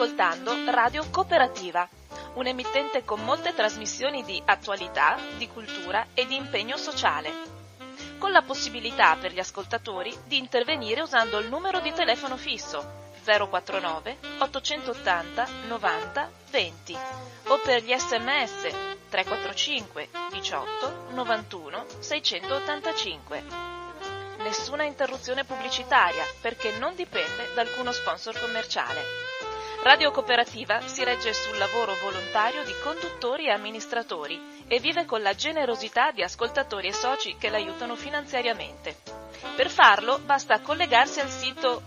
ascoltando Radio Cooperativa, un emittente con molte trasmissioni di attualità, di cultura e di impegno sociale, con la possibilità per gli ascoltatori di intervenire usando il numero di telefono fisso 049 880 90 20 o per gli sms 345 18 91 685. Nessuna interruzione pubblicitaria perché non dipende da alcuno sponsor commerciale. Radio Cooperativa si regge sul lavoro volontario di conduttori e amministratori e vive con la generosità di ascoltatori e soci che l'aiutano finanziariamente. Per farlo basta collegarsi al sito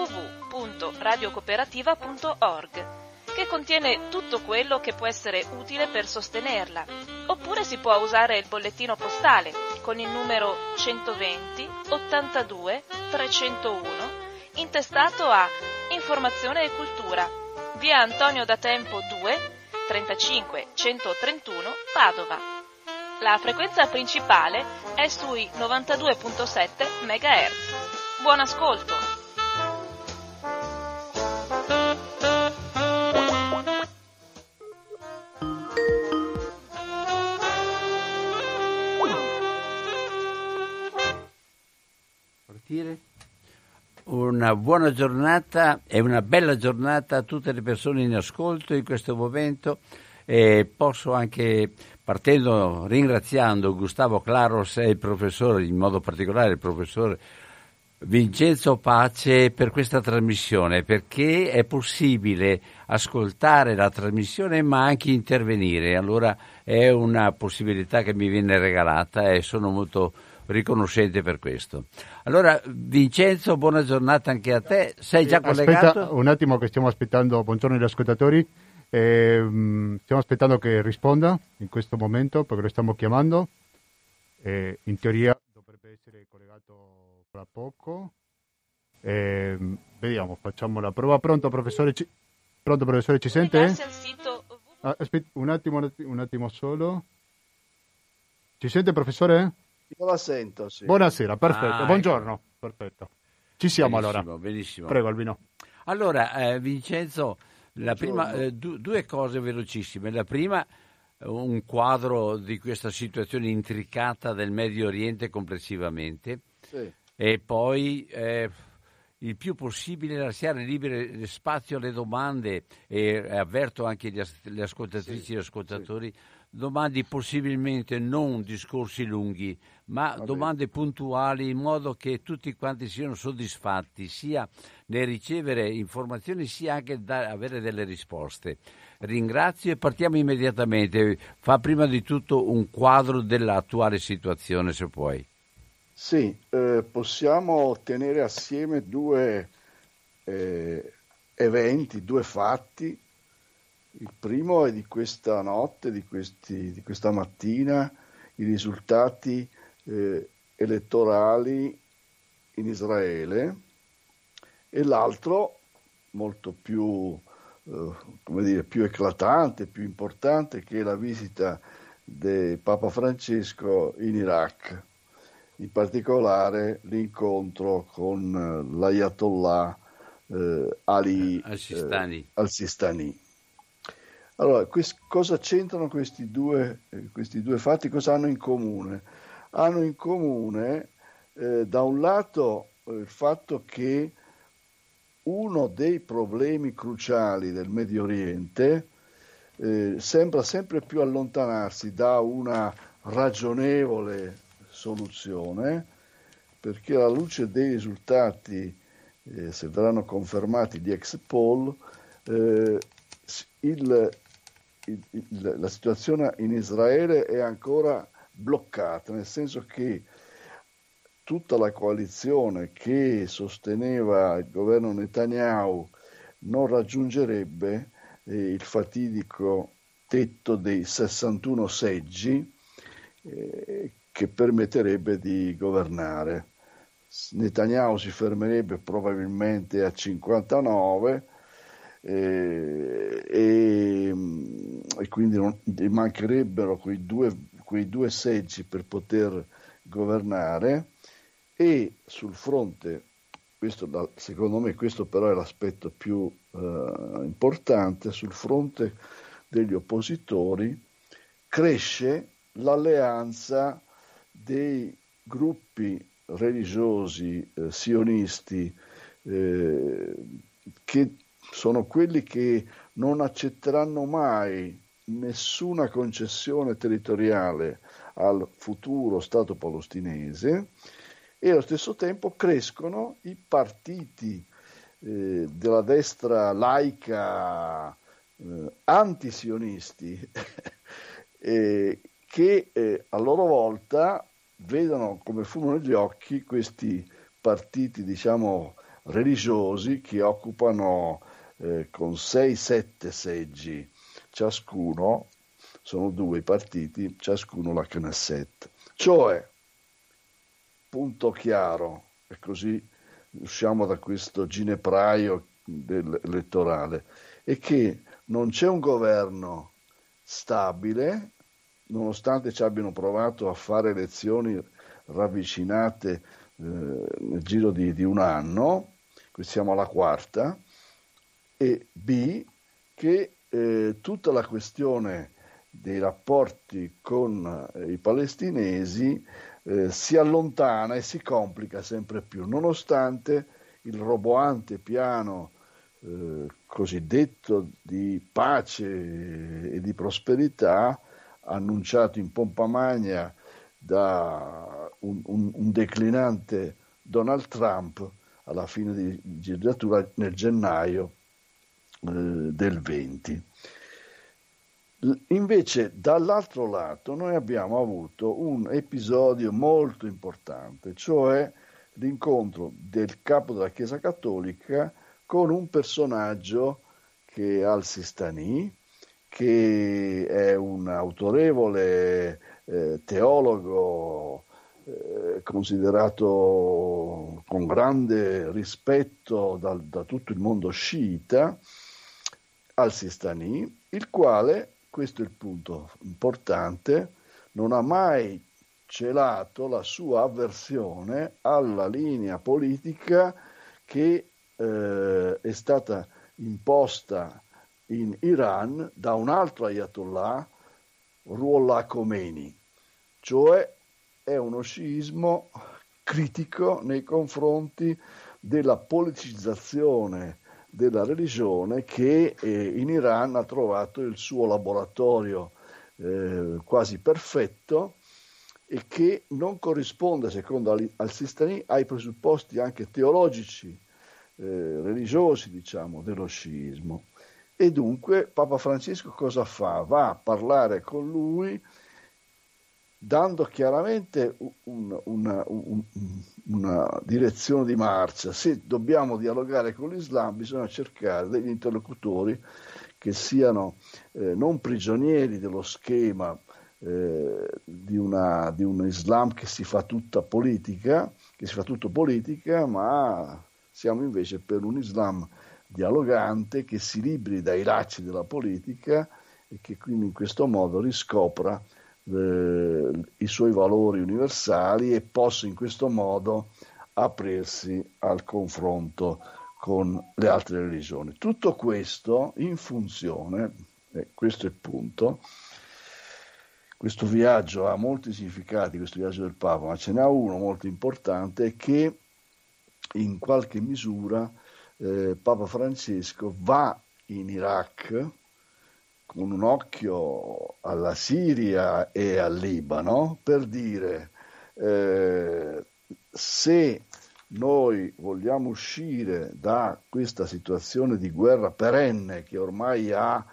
www.radiocooperativa.org, che contiene tutto quello che può essere utile per sostenerla, oppure si può usare il bollettino postale con il numero 120 82 301 intestato a Informazione e Cultura, via Antonio da Tempo 2 35 131 Padova. La frequenza principale è sui 92.7 MHz. Buon ascolto! Una buona giornata e una bella giornata a tutte le persone in ascolto in questo momento, e posso anche, partendo ringraziando Gustavo Claros e il professore, in modo particolare il professor Vincenzo Pace, per questa trasmissione, perché è possibile ascoltare la trasmissione ma anche intervenire. Allora è una possibilità che mi viene regalata e sono molto riconoscente per questo. Allora Vincenzo, buona giornata anche a te. Sei già collegato? Aspetta un attimo che stiamo aspettando. Buongiorno agli ascoltatori, stiamo aspettando che risponda in questo momento perché lo stiamo chiamando, in teoria dovrebbe essere collegato tra poco. Vediamo, facciamo la prova. Pronto professore, ci sente? Aspetta un attimo solo. Ci sente professore? Io la sento, sì. Buonasera, perfetto. Buongiorno, perfetto. Ci siamo. Benissimo, allora. Benissimo. Prego Albino. Allora, Vincenzo, la prima, due cose velocissime. La prima, un quadro di questa situazione intricata del Medio Oriente complessivamente, sì. E poi il più possibile lasciare libero spazio alle domande, e avverto anche le ascoltatrici, sì, e gli ascoltatori, sì. Domande possibilmente non discorsi lunghi, ma domande puntuali, in modo che tutti quanti siano soddisfatti, sia nel ricevere informazioni sia anche da avere delle risposte. Ringrazio e partiamo immediatamente. Fa prima di tutto un quadro dell'attuale situazione, se puoi. Sì, possiamo tenere assieme due eventi, due fatti. Il primo è di questa notte, di questa mattina, i risultati elettorali in Israele, e l'altro, molto più, più eclatante, più importante, che è la visita del Papa Francesco in Iraq, in particolare l'incontro con l'Ayatollah Ali al-Sistani. Allora, cosa c'entrano questi due fatti? Cosa hanno in comune? Hanno in comune, da un lato, il fatto che uno dei problemi cruciali del Medio Oriente sembra sempre più allontanarsi da una ragionevole soluzione, perché alla luce dei risultati, se verranno confermati, di exit poll, la situazione in Israele è ancora bloccata, nel senso che tutta la coalizione che sosteneva il governo Netanyahu non raggiungerebbe il fatidico tetto dei 61 seggi che permetterebbe di governare. Netanyahu si fermerebbe probabilmente a 59 e quindi gli mancherebbero quei due seggi per poter governare, e sul fronte secondo me questo però è l'aspetto più importante, sul fronte degli oppositori cresce l'alleanza dei gruppi religiosi sionisti che sono quelli che non accetteranno mai nessuna concessione territoriale al futuro Stato palestinese, e allo stesso tempo crescono i partiti della destra laica antisionisti che a loro volta vedono come fumo negli occhi questi partiti, diciamo, religiosi che occupano con 6-7 seggi ciascuno, sono 2 i partiti, ciascuno la Knesset. Cioè, punto chiaro, e così usciamo da questo ginepraio elettorale, è che non c'è un governo stabile, nonostante ci abbiano provato a fare elezioni ravvicinate nel giro di un anno, qui siamo alla 4ª, e B, che tutta la questione dei rapporti con i palestinesi si allontana e si complica sempre più, nonostante il roboante piano cosiddetto di pace e di prosperità annunciato in pompa magna da un declinante Donald Trump alla fine di legislatura nel gennaio del 20. Invece dall'altro lato noi abbiamo avuto un episodio molto importante, cioè l'incontro del capo della Chiesa Cattolica con un personaggio che è Al-Sistani, che è un autorevole teologo considerato con grande rispetto da tutto il mondo sciita, Al-Sistani, il quale, questo è il punto importante, non ha mai celato la sua avversione alla linea politica che è stata imposta in Iran da un altro ayatollah, Ruhollah Khomeini, cioè è uno sciismo critico nei confronti della politicizzazione della religione che in Iran ha trovato il suo laboratorio quasi perfetto e che non corrisponde, secondo Al-Sistani, ai presupposti anche teologici, religiosi, diciamo, dello sciismo. E dunque Papa Francesco cosa fa? Va a parlare con lui dando chiaramente una direzione di marcia. Se dobbiamo dialogare con l'Islam bisogna cercare degli interlocutori che siano non prigionieri dello schema di un Islam che si fa tutta politica, ma siamo invece per un Islam dialogante che si liberi dai lacci della politica e che quindi in questo modo riscopra i suoi valori universali e possa in questo modo aprirsi al confronto con le altre religioni. Tutto questo in funzione, questo è il punto, questo viaggio ha molti significati, questo viaggio del Papa, ma ce n'è uno molto importante, che in qualche misura Papa Francesco va in Iraq con un occhio alla Siria e al Libano per dire se noi vogliamo uscire da questa situazione di guerra perenne che ormai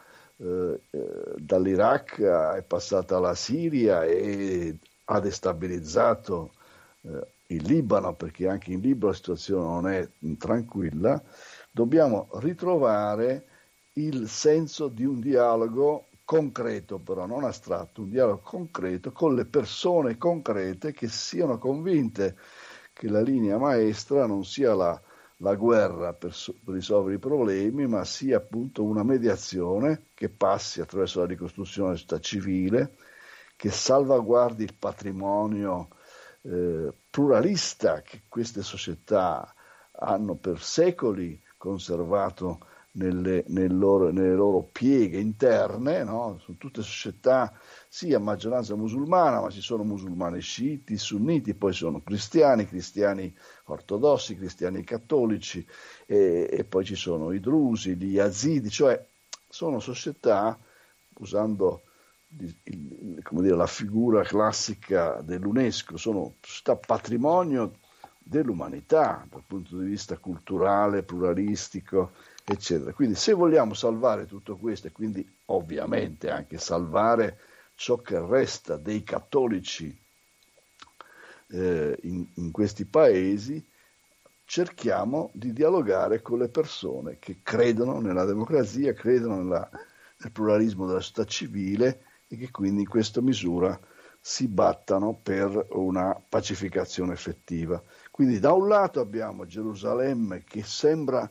dall'Iraq è passata alla Siria e ha destabilizzato il Libano, perché anche in Libano la situazione non è tranquilla, dobbiamo ritrovare il senso di un dialogo concreto, però non astratto, un dialogo concreto con le persone concrete che siano convinte che la linea maestra non sia la guerra per risolvere i problemi, ma sia appunto una mediazione che passi attraverso la ricostruzione della società civile, che salvaguardi il patrimonio pluralista che queste società hanno per secoli conservato nelle loro pieghe interne, no? Sono tutte società sì a maggioranza musulmana, ma ci sono musulmani sciiti, sunniti, poi sono cristiani ortodossi, cristiani cattolici, e poi ci sono i drusi, gli yazidi, cioè sono società, usando come dire, la figura classica dell'UNESCO, sono società patrimonio dell'umanità dal punto di vista culturale, pluralistico, eccetera. Quindi se vogliamo salvare tutto questo e quindi ovviamente anche salvare ciò che resta dei cattolici in questi paesi, cerchiamo di dialogare con le persone che credono nella democrazia, credono nel pluralismo della società civile e che quindi in questa misura si battano per una pacificazione effettiva. Quindi da un lato abbiamo Gerusalemme che sembra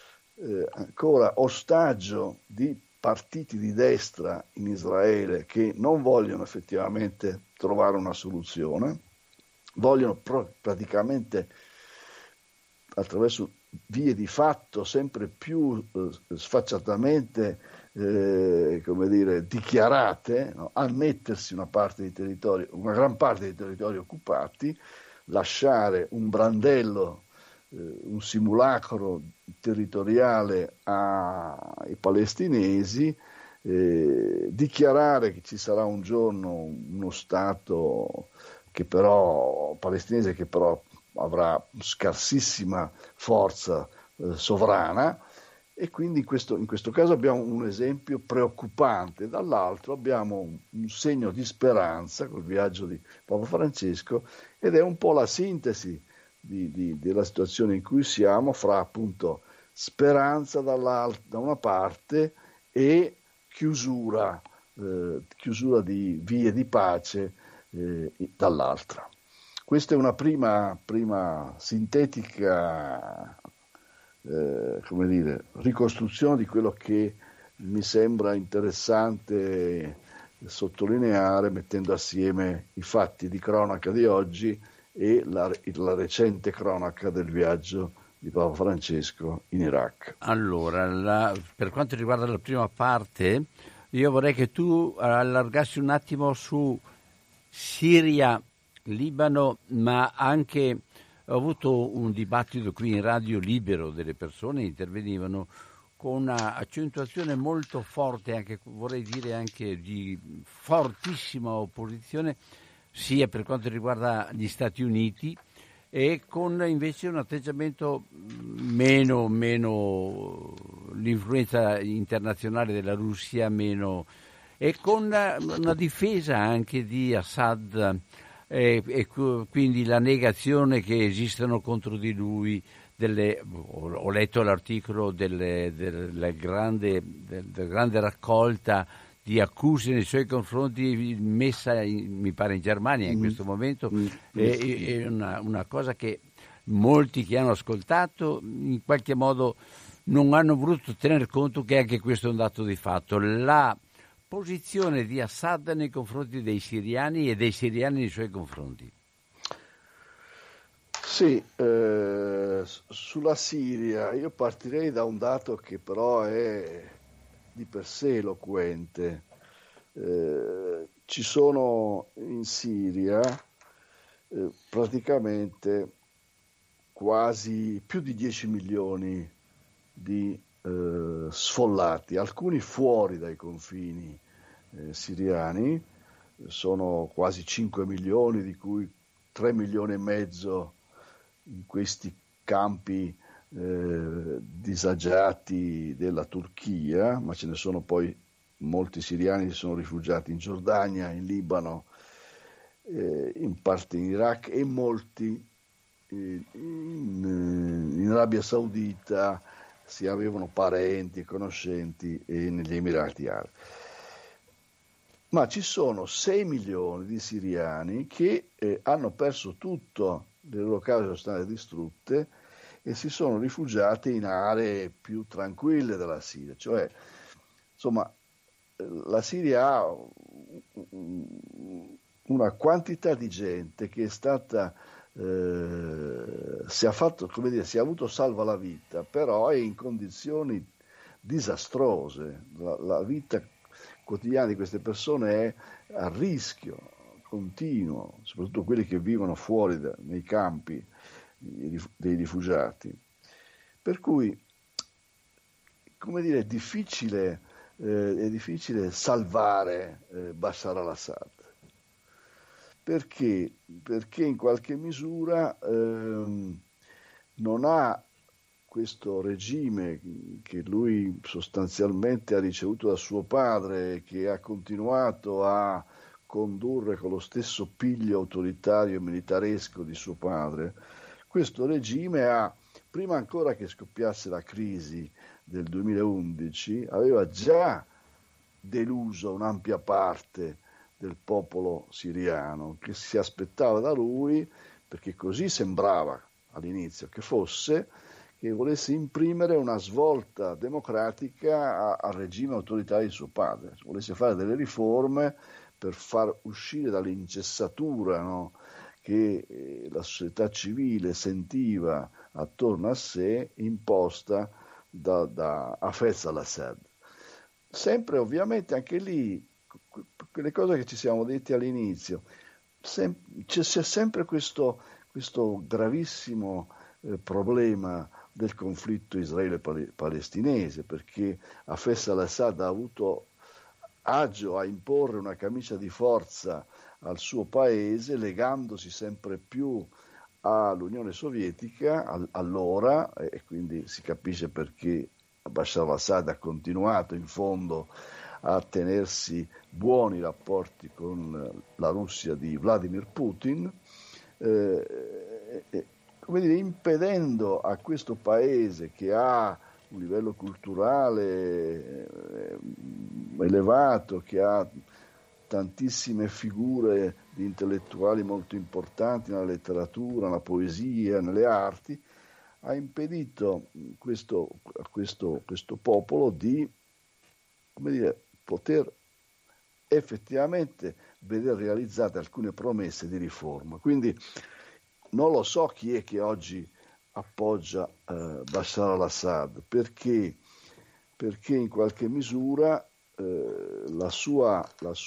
ancora ostaggio di partiti di destra in Israele che non vogliono effettivamente trovare una soluzione, vogliono praticamente attraverso vie di fatto sempre più sfacciatamente come dire, dichiarate, no? Annettersi una gran parte dei territori occupati, lasciare un brandello, un simulacro territoriale ai palestinesi, dichiarare che ci sarà un giorno uno Stato palestinese che però avrà scarsissima forza sovrana, e quindi in questo caso abbiamo un esempio preoccupante. Dall'altro abbiamo un segno di speranza col viaggio di Papa Francesco, ed è un po' la sintesi della situazione in cui siamo, fra appunto speranza da una parte e chiusura di vie di pace dall'altra. Questa è una prima sintetica come dire, ricostruzione di quello che mi sembra interessante sottolineare, mettendo assieme i fatti di cronaca di oggi e la recente cronaca del viaggio di Papa Francesco in Iraq. Allora, per quanto riguarda la prima parte, io vorrei che tu allargassi un attimo su Siria, Libano, ma anche ho avuto un dibattito qui in Radio Libero, delle persone intervenivano con una accentuazione molto forte, anche vorrei dire anche di fortissima opposizione, sia per quanto riguarda gli Stati Uniti, e con invece un atteggiamento meno l'influenza internazionale della Russia, meno, e con una difesa anche di Assad, e quindi la negazione che esistano contro di lui ho letto l'articolo della grande raccolta di accuse nei suoi confronti messa mi pare in Germania in questo momento, è una cosa che molti che hanno ascoltato in qualche modo non hanno voluto tener conto che anche questo è un dato di fatto, la posizione di Assad nei confronti dei siriani e dei siriani nei suoi confronti. Sì, sulla Siria io partirei da un dato che però è di per sé eloquente. Ci sono in Siria praticamente quasi più di 10 milioni di sfollati, alcuni fuori dai confini siriani, sono quasi 5 milioni, di cui 3 milioni e mezzo in questi campi disagiati della Turchia, ma ce ne sono poi molti siriani che sono rifugiati in Giordania, in Libano, in parte in Iraq, e molti in Arabia Saudita, si avevano parenti e conoscenti negli Emirati Arabi. Ma ci sono 6 milioni di siriani che hanno perso tutto, le loro case sono state distrutte e si sono rifugiati in aree più tranquille della Siria. Cioè, insomma, la Siria ha una quantità di gente che è stata si è fatto, come dire, si è avuto salva la vita, però è in condizioni disastrose. La vita quotidiana di queste persone è a rischio continuo, soprattutto quelli che vivono fuori nei campi dei rifugiati. Per cui, come dire, è difficile salvare Bashar al-Assad. Perché? Perché in qualche misura non ha questo regime che lui sostanzialmente ha ricevuto da suo padre, che ha continuato a condurre con lo stesso piglio autoritario e militaresco di suo padre. Questo regime ha, prima ancora che scoppiasse la crisi del 2011, aveva già deluso un'ampia parte del popolo siriano, che si aspettava da lui, perché così sembrava all'inizio che fosse, che volesse imprimere una svolta democratica al regime autoritario di suo padre, volesse fare delle riforme per far uscire dall'incessatura, no, che la società civile sentiva attorno a sé, imposta da Hafez al-Assad. Sempre ovviamente anche lì, quelle cose che ci siamo detti all'inizio, c'è sempre questo gravissimo problema del conflitto israele-palestinese, perché Hafez al-Assad ha avuto agio a imporre una camicia di forza al suo paese, legandosi sempre più all'Unione Sovietica allora, e quindi si capisce perché Bashar al-Assad ha continuato in fondo a tenersi buoni rapporti con la Russia di Vladimir Putin, come dire, impedendo a questo paese, che ha un livello culturale elevato, che ha tantissime figure di intellettuali molto importanti nella letteratura, nella poesia, nelle arti, ha impedito questo popolo di, come dire, poter effettivamente vedere realizzate alcune promesse di riforma. Quindi non lo so chi è che oggi appoggia Bashar al-Assad, perché in qualche misura la sua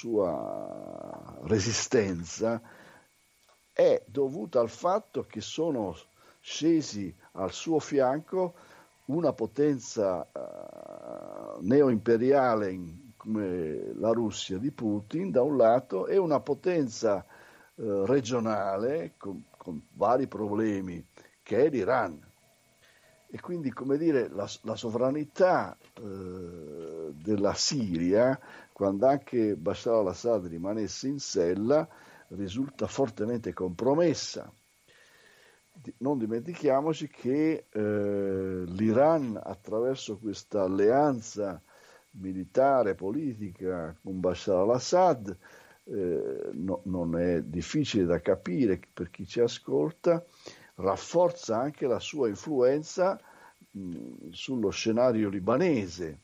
resistenza è dovuta al fatto che sono scesi al suo fianco una potenza neoimperiale come la Russia di Putin da un lato, e una potenza regionale con vari problemi, che è l'Iran. E quindi, come dire, la sovranità della Siria, quando anche Bashar al-Assad rimanesse in sella, risulta fortemente compromessa. Non dimentichiamoci che l'Iran, attraverso questa alleanza militare politica con Bashar al-Assad, non è difficile da capire per chi ci ascolta, rafforza anche la sua influenza sullo scenario libanese,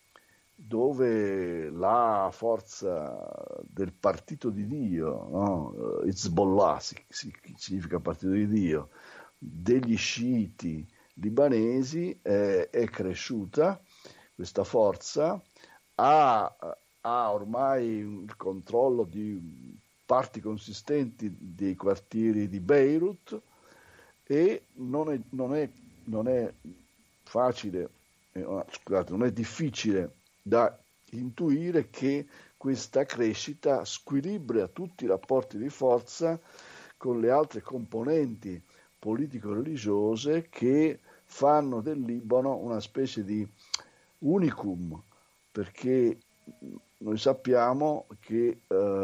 dove la forza del partito di Dio, no? Hezbollah significa partito di Dio, degli sciiti libanesi è cresciuta. Questa forza ha ormai il controllo di parti consistenti dei quartieri di Beirut, e non è facile, scusate, non è difficile da intuire che questa crescita squilibra tutti i rapporti di forza con le altre componenti politico-religiose che fanno del Libano una specie di unicum, perché noi sappiamo che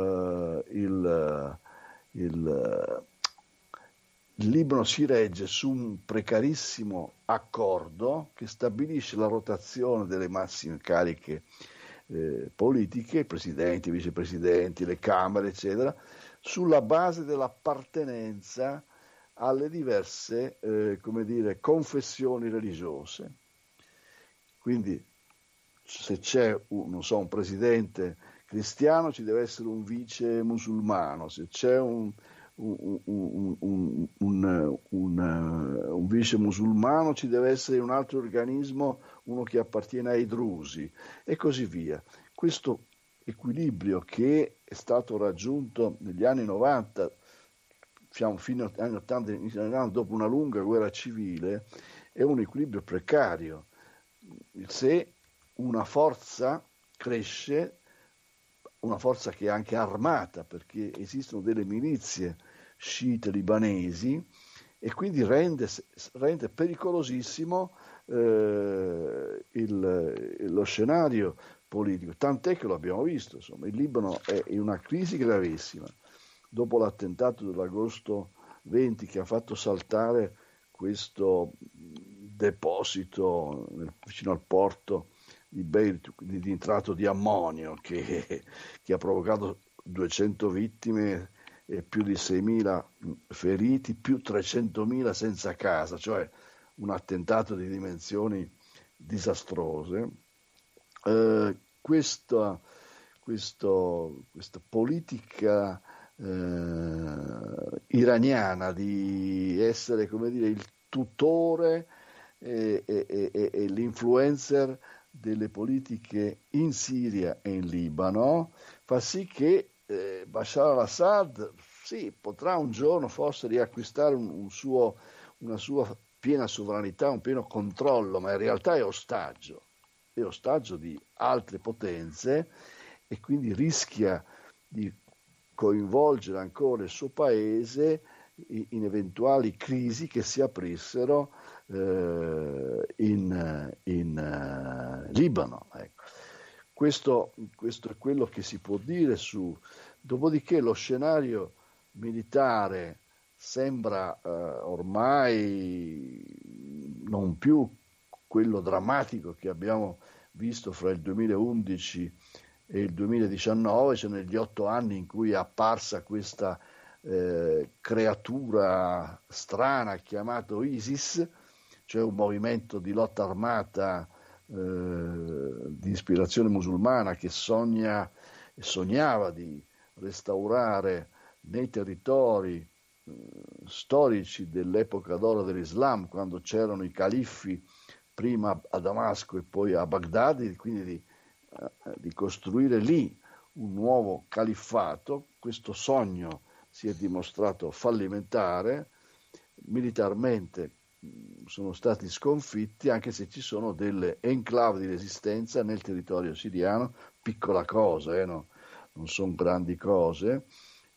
il Libano si regge su un precarissimo accordo che stabilisce la rotazione delle massime cariche politiche, presidenti, vicepresidenti, le camere, eccetera, sulla base dell'appartenenza alle diverse confessioni religiose. Quindi se c'è un presidente cristiano ci deve essere un vice musulmano, se c'è un un vice musulmano, ci deve essere un altro organismo, uno che appartiene ai drusi e così via. Questo equilibrio che è stato raggiunto negli anni 90, diciamo fino agli anni 80, dopo una lunga guerra civile, è un equilibrio precario. Se una forza cresce, una forza che è anche armata, perché esistono delle milizie sciite libanesi, e quindi rende pericolosissimo lo scenario politico, tant'è che lo abbiamo visto, insomma, il Libano è in una crisi gravissima dopo l'attentato dell'agosto 20 che ha fatto saltare questo deposito vicino al porto di Beirut di nitrato di ammonio che ha provocato 200 vittime e più di 6.000 feriti, più 300.000 senza casa, cioè un attentato di dimensioni disastrose. Questa politica iraniana di essere, come dire, il tutore e l'influencer delle politiche in Siria e in Libano fa sì che Bashar al-Assad potrà un giorno forse riacquistare una sua piena sovranità, un pieno controllo, ma in realtà è ostaggio di altre potenze e quindi rischia di coinvolgere ancora il suo paese in eventuali crisi che si aprissero in Libano. Ecco. Questo è quello che si può dire dopodiché lo scenario militare sembra ormai non più quello drammatico che abbiamo visto fra il 2011 e il 2019, cioè negli 8 anni in cui è apparsa questa creatura strana chiamato ISIS, cioè un movimento di lotta armata di ispirazione musulmana che sognava di restaurare nei territori storici dell'epoca d'oro dell'Islam, quando c'erano i califfi prima a Damasco e poi a Baghdad, quindi di costruire lì un nuovo califfato. Questo sogno si è dimostrato fallimentare, militarmente sono stati sconfitti, anche se ci sono delle enclave di resistenza nel territorio siriano, piccola cosa, no? Non sono grandi cose,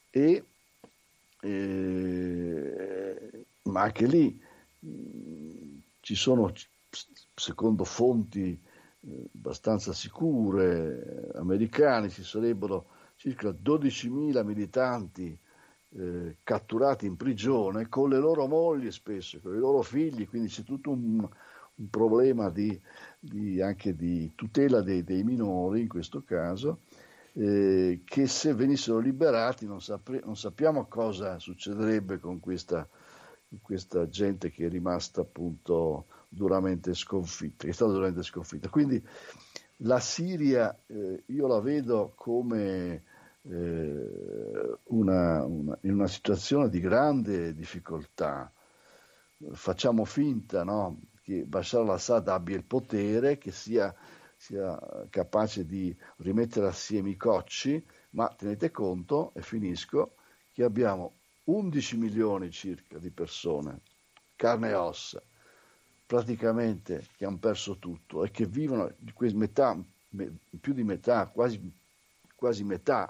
ma anche lì ci sono, secondo fonti abbastanza sicure americane, ci sarebbero circa 12.000 militanti catturati in prigione con le loro mogli, spesso con i loro figli, quindi c'è tutto un problema anche di tutela dei minori in questo caso, che se venissero liberati non sappiamo cosa succederebbe con questa gente che è rimasta appunto duramente sconfitta, che è stata duramente sconfitta. Quindi la Siria io la vedo come in una situazione di grande difficoltà. Facciamo finta, no, che Bashar al-Assad abbia il potere, che sia capace di rimettere assieme i cocci, ma tenete conto, e finisco, che abbiamo 11 milioni circa di persone, carne e ossa, praticamente, che hanno perso tutto e che vivono, più di metà, quasi metà,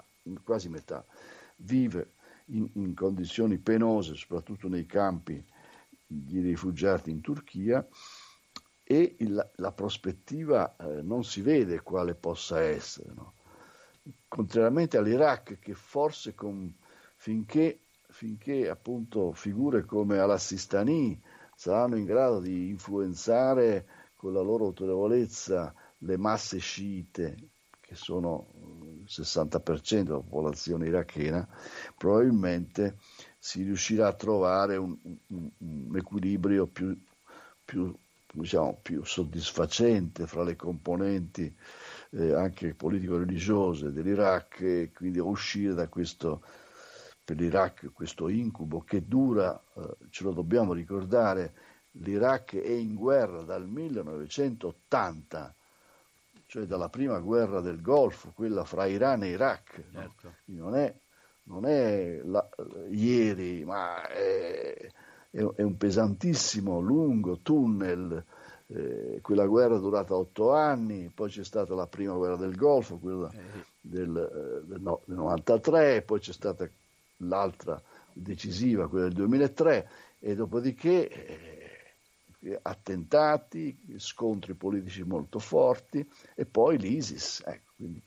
vive in condizioni penose, soprattutto nei campi di rifugiati in Turchia, e la prospettiva non si vede quale possa essere, no? Contrariamente all'Iraq, che forse finché appunto figure come al-Sistani saranno in grado di influenzare con la loro autorevolezza le masse sciite, che sono il 60% della popolazione irachena, probabilmente si riuscirà a trovare un equilibrio più soddisfacente fra le componenti anche politico-religiose dell'Iraq, e quindi a uscire da questo per l'Iraq questo incubo che dura, ce lo dobbiamo ricordare, l'Iraq è in guerra dal 1980, cioè dalla prima guerra del Golfo, quella fra Iran e Iraq, certo. No? Non è ieri, ma è un pesantissimo, lungo tunnel. Quella guerra è durata 8 anni, poi c'è stata la prima guerra del Golfo, quella del 93, poi c'è stata l'altra decisiva, quella del 2003, e dopodiché attentati, scontri politici molto forti, e poi l'ISIS. Ecco, quindi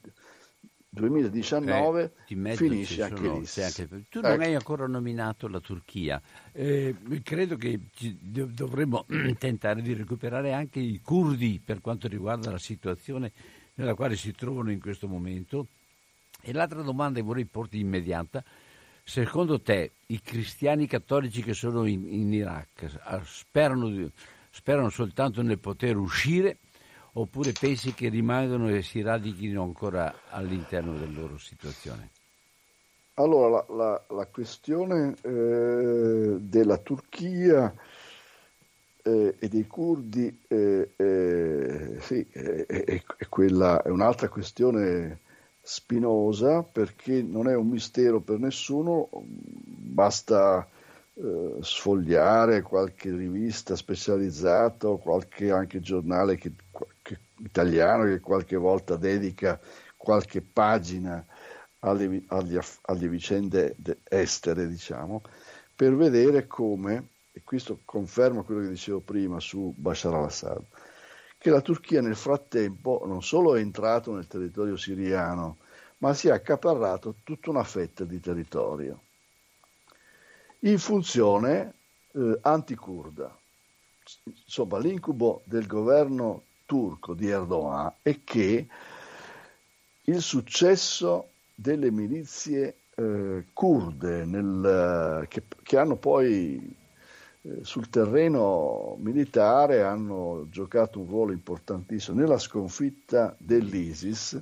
2019 finisce anche l'ISIS. Tu non hai ancora nominato la Turchia. Credo che dovremmo tentare di recuperare anche i curdi per quanto riguarda la situazione nella quale si trovano in questo momento. E l'altra domanda che vorrei porti immediata: secondo te i cristiani cattolici che sono in Iraq sperano soltanto nel poter uscire, oppure pensi che rimangano e si radichino ancora all'interno della loro situazione? Allora, la questione della Turchia e dei curdi sì, è un'altra questione spinosa, perché non è un mistero per nessuno, basta sfogliare qualche rivista specializzata, qualche anche giornale italiano che qualche volta dedica qualche pagina alle vicende estere, diciamo, per vedere come, e questo conferma quello che dicevo prima su Bashar al-Assad, che la Turchia nel frattempo non solo è entrato nel territorio siriano, ma si è accaparrato tutta una fetta di territorio in funzione anticurda. Insomma, l'incubo del governo turco di Erdogan è che il successo delle milizie kurde che hanno poi sul terreno militare hanno giocato un ruolo importantissimo nella sconfitta dell'ISIS,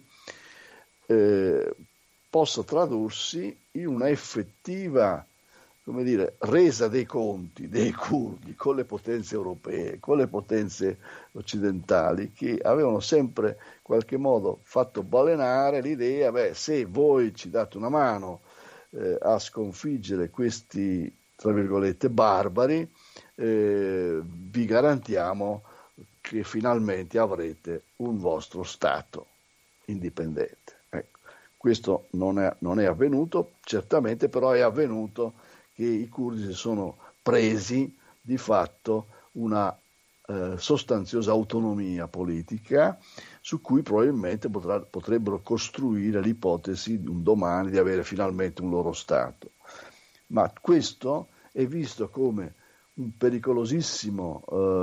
possa tradursi in una effettiva, come dire, resa dei conti dei curdi con le potenze europee, con le potenze occidentali, che avevano sempre in qualche modo fatto balenare l'idea: se voi ci date una mano a sconfiggere questi, tra virgolette, barbari, vi garantiamo che finalmente avrete un vostro Stato indipendente. Ecco, questo non è avvenuto, certamente, però è avvenuto che i curdi si sono presi di fatto una sostanziosa autonomia politica su cui probabilmente potrebbero costruire l'ipotesi di un domani di avere finalmente un loro Stato. Ma questo è visto come un pericolosissimo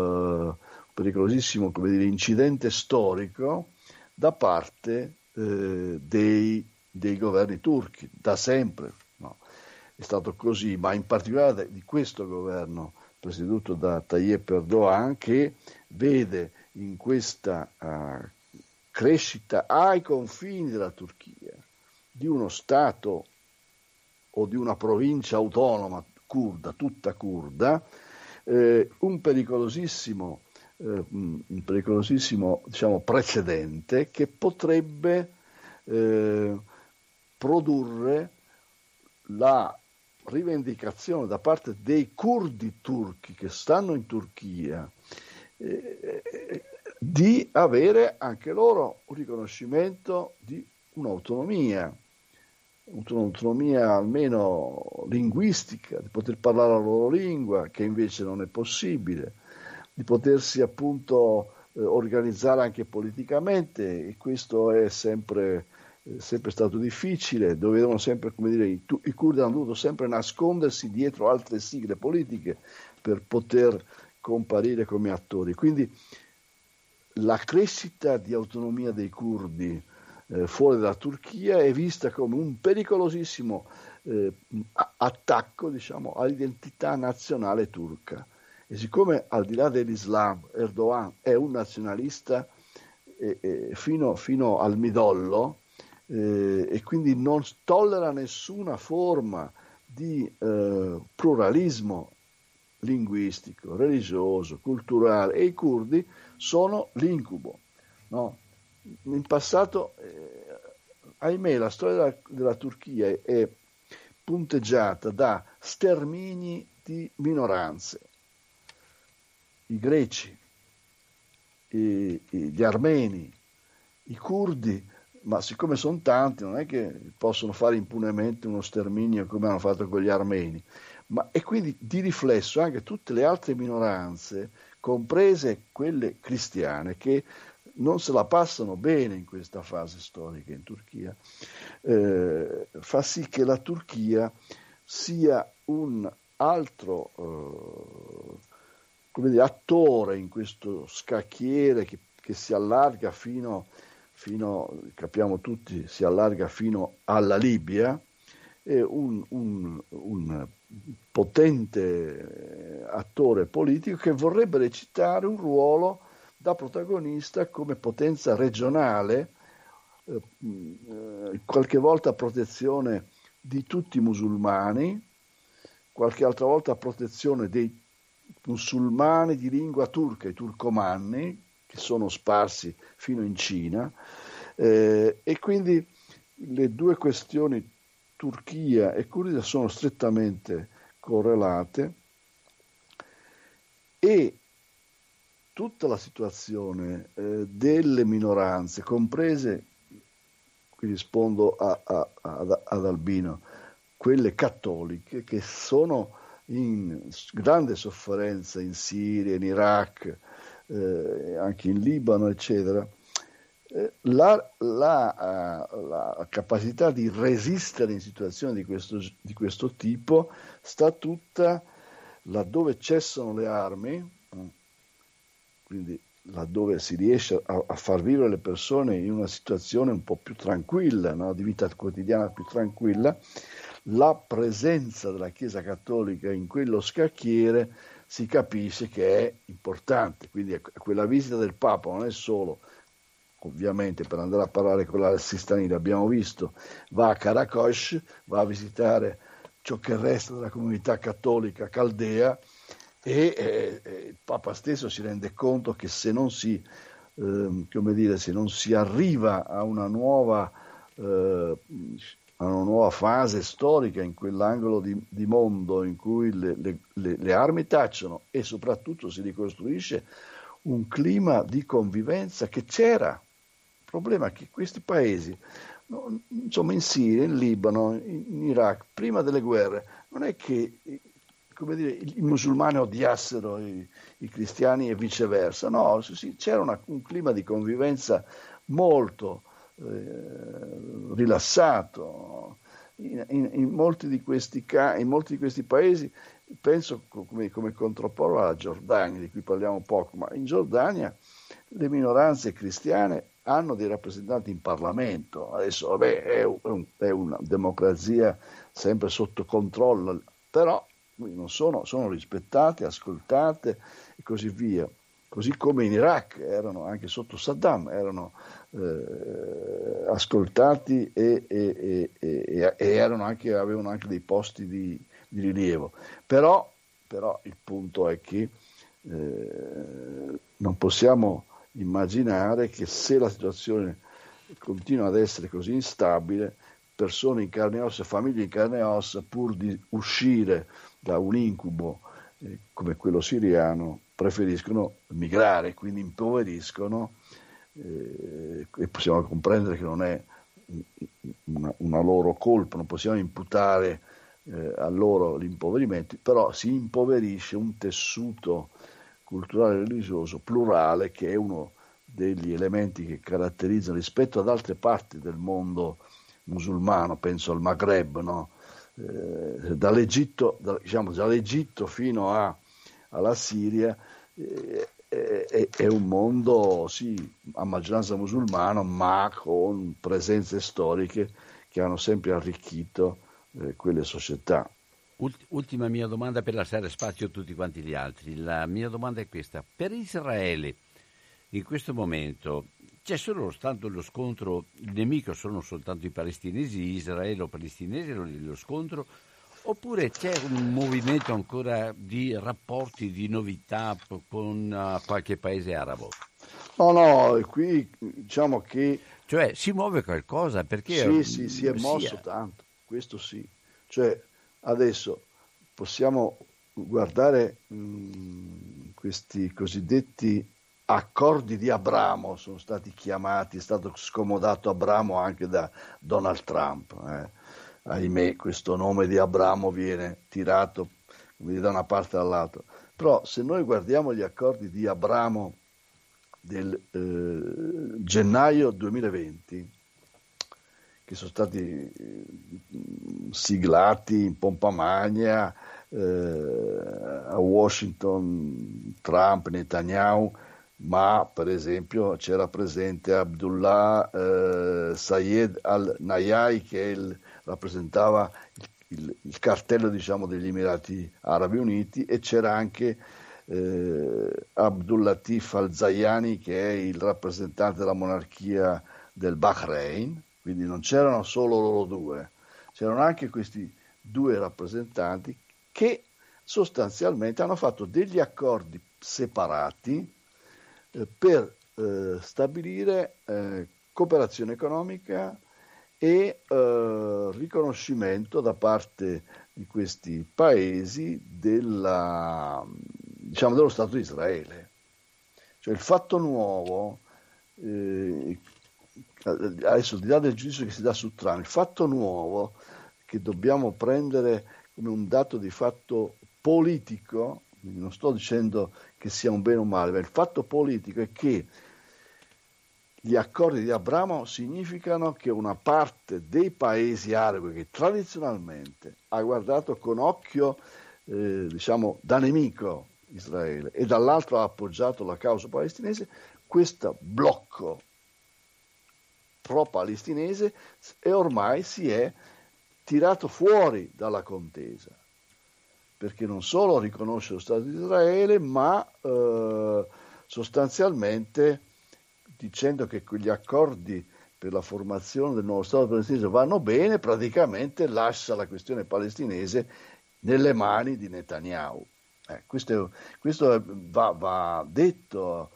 come dire, incidente storico da parte dei governi turchi, da sempre. No? È stato così, ma in particolare di questo governo presieduto da Tayyip Erdogan, che vede in questa crescita ai confini della Turchia di uno Stato o di una provincia autonoma curda, tutta curda, un pericolosissimo diciamo, precedente che potrebbe produrre la rivendicazione da parte dei curdi turchi che stanno in Turchia di avere anche loro un riconoscimento di un'autonomia almeno linguistica, di poter parlare la loro lingua, che invece non è possibile, di potersi appunto organizzare anche politicamente, e questo è sempre stato difficile. Dovevano sempre, come dire, i curdi hanno dovuto sempre nascondersi dietro altre sigle politiche per poter comparire come attori. Quindi la crescita di autonomia dei curdi fuori dalla Turchia è vista come un pericolosissimo attacco, diciamo, all'identità nazionale turca. E siccome al di là dell'Islam Erdogan è un nazionalista fino al midollo, e quindi non tollera nessuna forma di pluralismo linguistico, religioso, culturale, e i curdi sono l'incubo, no? In passato, ahimè, la storia della Turchia è punteggiata da stermini di minoranze, i greci, gli armeni, i curdi, ma siccome sono tanti non è che possono fare impunemente uno sterminio come hanno fatto con gli armeni, e quindi di riflesso anche tutte le altre minoranze, comprese quelle cristiane, che non se la passano bene in questa fase storica in Turchia, fa sì che la Turchia sia un altro attore in questo scacchiere che si allarga fino, capiamo tutti, si allarga fino alla Libia, è un potente attore politico che vorrebbe recitare un ruolo da protagonista come potenza regionale, qualche volta a protezione di tutti i musulmani, qualche altra volta a protezione dei musulmani di lingua turca, i turcomanni, che sono sparsi fino in Cina, e quindi le due questioni Turchia e Curdia sono strettamente correlate, e tutta la situazione delle minoranze, comprese, qui rispondo ad Albino, quelle cattoliche che sono in grande sofferenza in Siria, in Iraq, anche in Libano, eccetera, la capacità di resistere in situazioni di questo tipo sta tutta laddove cessano le armi, quindi laddove si riesce a far vivere le persone in una situazione un po' più tranquilla, no? Di vita quotidiana più tranquilla. La presenza della Chiesa Cattolica in quello scacchiere si capisce che è importante, quindi quella visita del Papa non è solo, ovviamente, per andare a parlare con la Sistani, l'abbiamo visto, va a Karakosh, va a visitare ciò che resta della comunità cattolica caldea, e il Papa stesso si rende conto che se non si arriva a una nuova fase storica in quell'angolo di mondo in cui le armi tacciono e soprattutto si ricostruisce un clima di convivenza che c'era. Il problema è che questi paesi, insomma, in Siria, in Libano, in Iraq, prima delle guerre, non è che i musulmani odiassero i cristiani e viceversa, no, c'era un clima di convivenza molto rilassato. In molti di questi paesi, penso come controporlo alla Giordania, di cui parliamo poco, ma in Giordania le minoranze cristiane hanno dei rappresentanti in Parlamento. Adesso è una democrazia sempre sotto controllo, però non sono rispettate, ascoltate e così via. Così come in Iraq erano, anche sotto Saddam, erano ascoltati e avevano anche dei posti di rilievo. Però il punto è che non possiamo immaginare che, se la situazione continua ad essere così instabile, persone in carne e ossa, famiglie in carne e ossa, pur di uscire da un incubo come quello siriano, preferiscono migrare, quindi impoveriscono, e possiamo comprendere che non è una loro colpa, non possiamo imputare a loro l'impoverimento, però si impoverisce un tessuto culturale e religioso plurale, che è uno degli elementi che caratterizzano, rispetto ad altre parti del mondo musulmano, penso al Maghreb, no? Dall'Egitto fino alla Siria, è un mondo, sì, a maggioranza musulmano, ma con presenze storiche che hanno sempre arricchito quelle società. Ultima mia domanda per lasciare spazio a tutti quanti gli altri. La mia domanda è questa: per Israele in questo momento c'è soltanto lo scontro, il nemico sono soltanto i palestinesi, israelo-palestinesi lo scontro, Oppure c'è un movimento ancora di rapporti, di novità con qualche paese arabo? No, qui diciamo che... Cioè si muove qualcosa perché... Sì, si è mosso tanto, questo sì. Cioè adesso possiamo guardare questi cosiddetti accordi di Abramo, sono stati chiamati, è stato scomodato Abramo anche da Donald Trump. Ahimè, questo nome di Abramo viene tirato da una parte all'altra. Però se noi guardiamo gli accordi di Abramo del gennaio 2020, che sono stati siglati in pompa magna a Washington, Trump, Netanyahu, ma per esempio c'era presente Abdullah Sayed al-Nayai, che rappresentava il cartello, diciamo, degli Emirati Arabi Uniti, e c'era anche Abdulatif al-Zayani, che è il rappresentante della monarchia del Bahrain. Quindi non c'erano solo loro due, c'erano anche questi due rappresentanti che sostanzialmente hanno fatto degli accordi separati per stabilire cooperazione economica e riconoscimento da parte di questi paesi dello Stato di Israele. Cioè il fatto nuovo, adesso al di là del giudizio che si dà su Trump, il fatto nuovo che dobbiamo prendere come un dato di fatto politico, quindi non sto dicendo che sia un bene o un male, ma il fatto politico è che gli accordi di Abramo significano che una parte dei paesi arabi che tradizionalmente ha guardato con occhio da nemico Israele e dall'altro ha appoggiato la causa palestinese, questo blocco pro-palestinese e ormai si è tirato fuori dalla contesa, perché non solo riconosce lo Stato di Israele, ma sostanzialmente dicendo che quegli accordi per la formazione del nuovo Stato palestinese vanno bene, praticamente lascia la questione palestinese nelle mani di Netanyahu. Questo va detto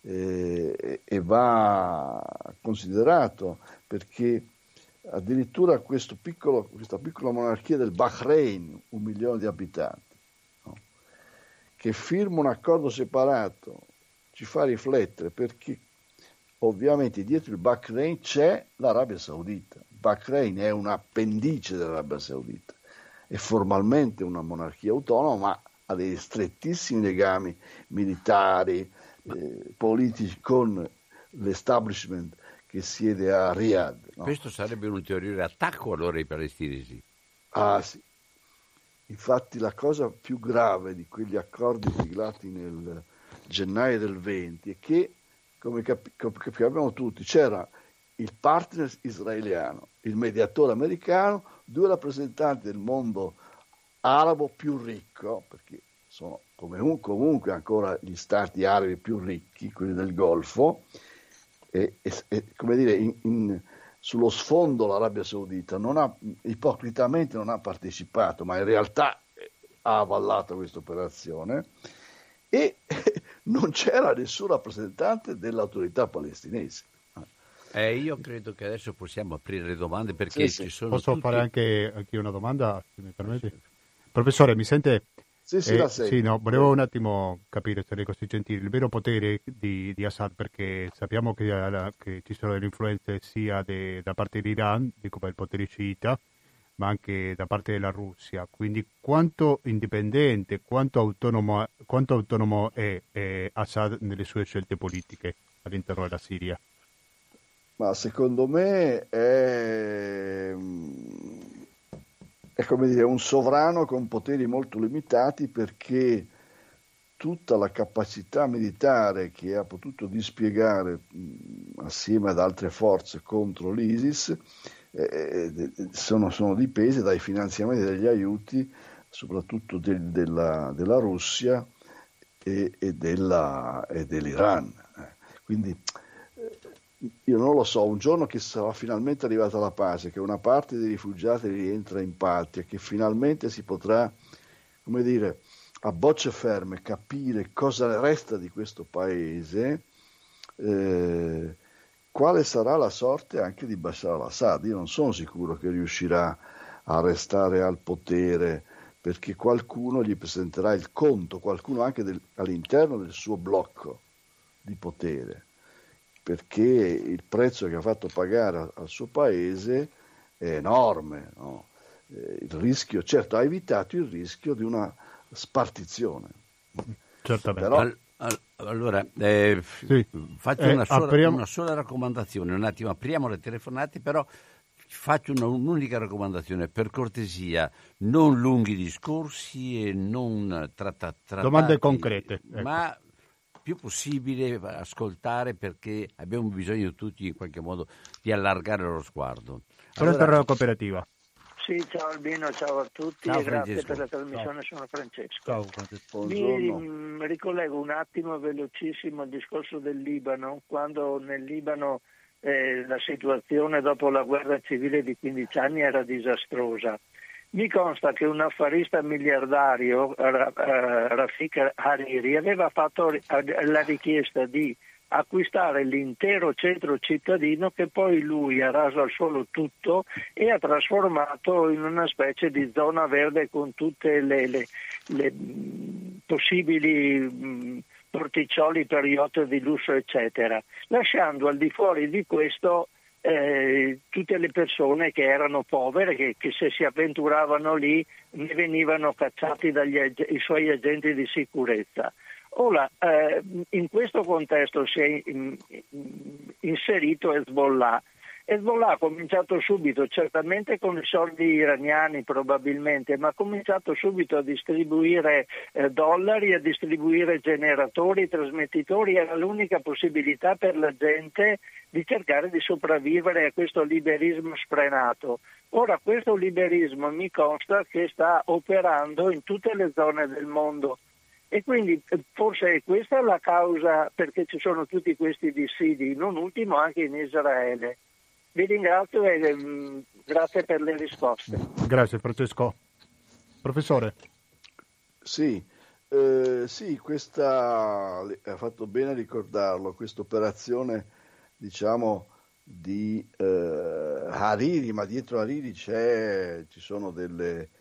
e va considerato, perché addirittura questa piccola monarchia del Bahrain, 1 milione di abitanti, no? Che firma un accordo separato, ci fa riflettere, perché ovviamente dietro il Bahrain c'è l'Arabia Saudita. Il Bahrain è un appendice dell'Arabia Saudita, è formalmente una monarchia autonoma, ma ha dei strettissimi legami militari, politici con l'establishment che siede a Riyadh. No? Questo sarebbe un ulteriore attacco allora ai palestinesi. Ah sì, infatti la cosa più grave di quegli accordi siglati nel gennaio del 20 è che, come capiamo tutti, c'era il partner israeliano, il mediatore americano, 2 rappresentanti del mondo arabo più ricco, perché sono comunque ancora gli stati arabi più ricchi, quelli del Golfo, e come dire, sullo sfondo l'Arabia Saudita ipocritamente non ha partecipato, ma in realtà ha avallato questa operazione, e non c'era nessun rappresentante dell'autorità palestinese. Io credo che adesso possiamo aprire le domande, perché sì. ci sono Posso fare anche una domanda, se mi permette? Professore, mi sente? Sì, la sento. Sì, no, volevo un attimo capire, sarei così gentile, il vero potere di Assad, perché sappiamo che ci sono delle influenze sia da parte dell'Iran, dico per il potere sciita, ma anche da parte della Russia. Quindi quanto indipendente, quanto autonomo è Assad nelle sue scelte politiche all'interno della Siria? Ma secondo me è come dire un sovrano con poteri molto limitati, perché tutta la capacità militare che ha potuto dispiegare assieme ad altre forze contro l'ISIS sono dipese dai finanziamenti e dagli aiuti, soprattutto della Russia e dell'Iran. Quindi io non lo so, un giorno che sarà finalmente arrivata la pace, che una parte dei rifugiati rientra in patria, che finalmente si potrà, come dire, a bocce ferme capire cosa resta di questo paese, quale sarà la sorte anche di Bashar al-Assad. Io non sono sicuro che riuscirà a restare al potere, perché qualcuno gli presenterà il conto, qualcuno anche all'interno del suo blocco di potere, perché il prezzo che ha fatto pagare al suo paese è enorme, no? Il rischio, certo, ha evitato il rischio di una spartizione. Certamente. Però, allora, sì. faccio una sola raccomandazione. Un attimo, apriamo le telefonate, però faccio un'unica raccomandazione. Per cortesia, non lunghi discorsi e non trattati. Domande concrete. Ecco. Ma più possibile ascoltare, perché abbiamo bisogno tutti in qualche modo di allargare lo sguardo. Allora, per la cooperativa. Sì, ciao Albino, ciao a tutti e grazie per la trasmissione, sono Francesco. Ciao Francesco. Mi ricollego un attimo velocissimo al discorso del Libano, quando nel Libano la situazione dopo la guerra civile di 15 anni era disastrosa. Mi consta che un affarista miliardario, Rafik Hariri, aveva fatto la richiesta di acquistare l'intero centro cittadino, che poi lui ha raso al suolo tutto e ha trasformato in una specie di zona verde con tutte le possibili porticcioli per yacht di lusso eccetera, lasciando al di fuori di questo tutte le persone che erano povere, che se si avventuravano lì ne venivano cacciati dai suoi agenti di sicurezza. Ora, in questo contesto si è inserito Hezbollah. Hezbollah ha cominciato subito, certamente con i soldi iraniani probabilmente, ma ha cominciato subito a distribuire dollari, a distribuire generatori, trasmettitori. Era l'unica possibilità per la gente di cercare di sopravvivere a questo liberismo sfrenato. Ora, questo liberismo mi consta che sta operando in tutte le zone del mondo. E quindi forse questa è la causa perché ci sono tutti questi dissidi, non ultimo anche in Israele. Vi ringrazio e grazie per le risposte. Grazie Francesco. Professore. Sì, questa ha fatto bene a ricordarlo, questa operazione, diciamo, di Hariri, ma dietro Hariri ci sono delle,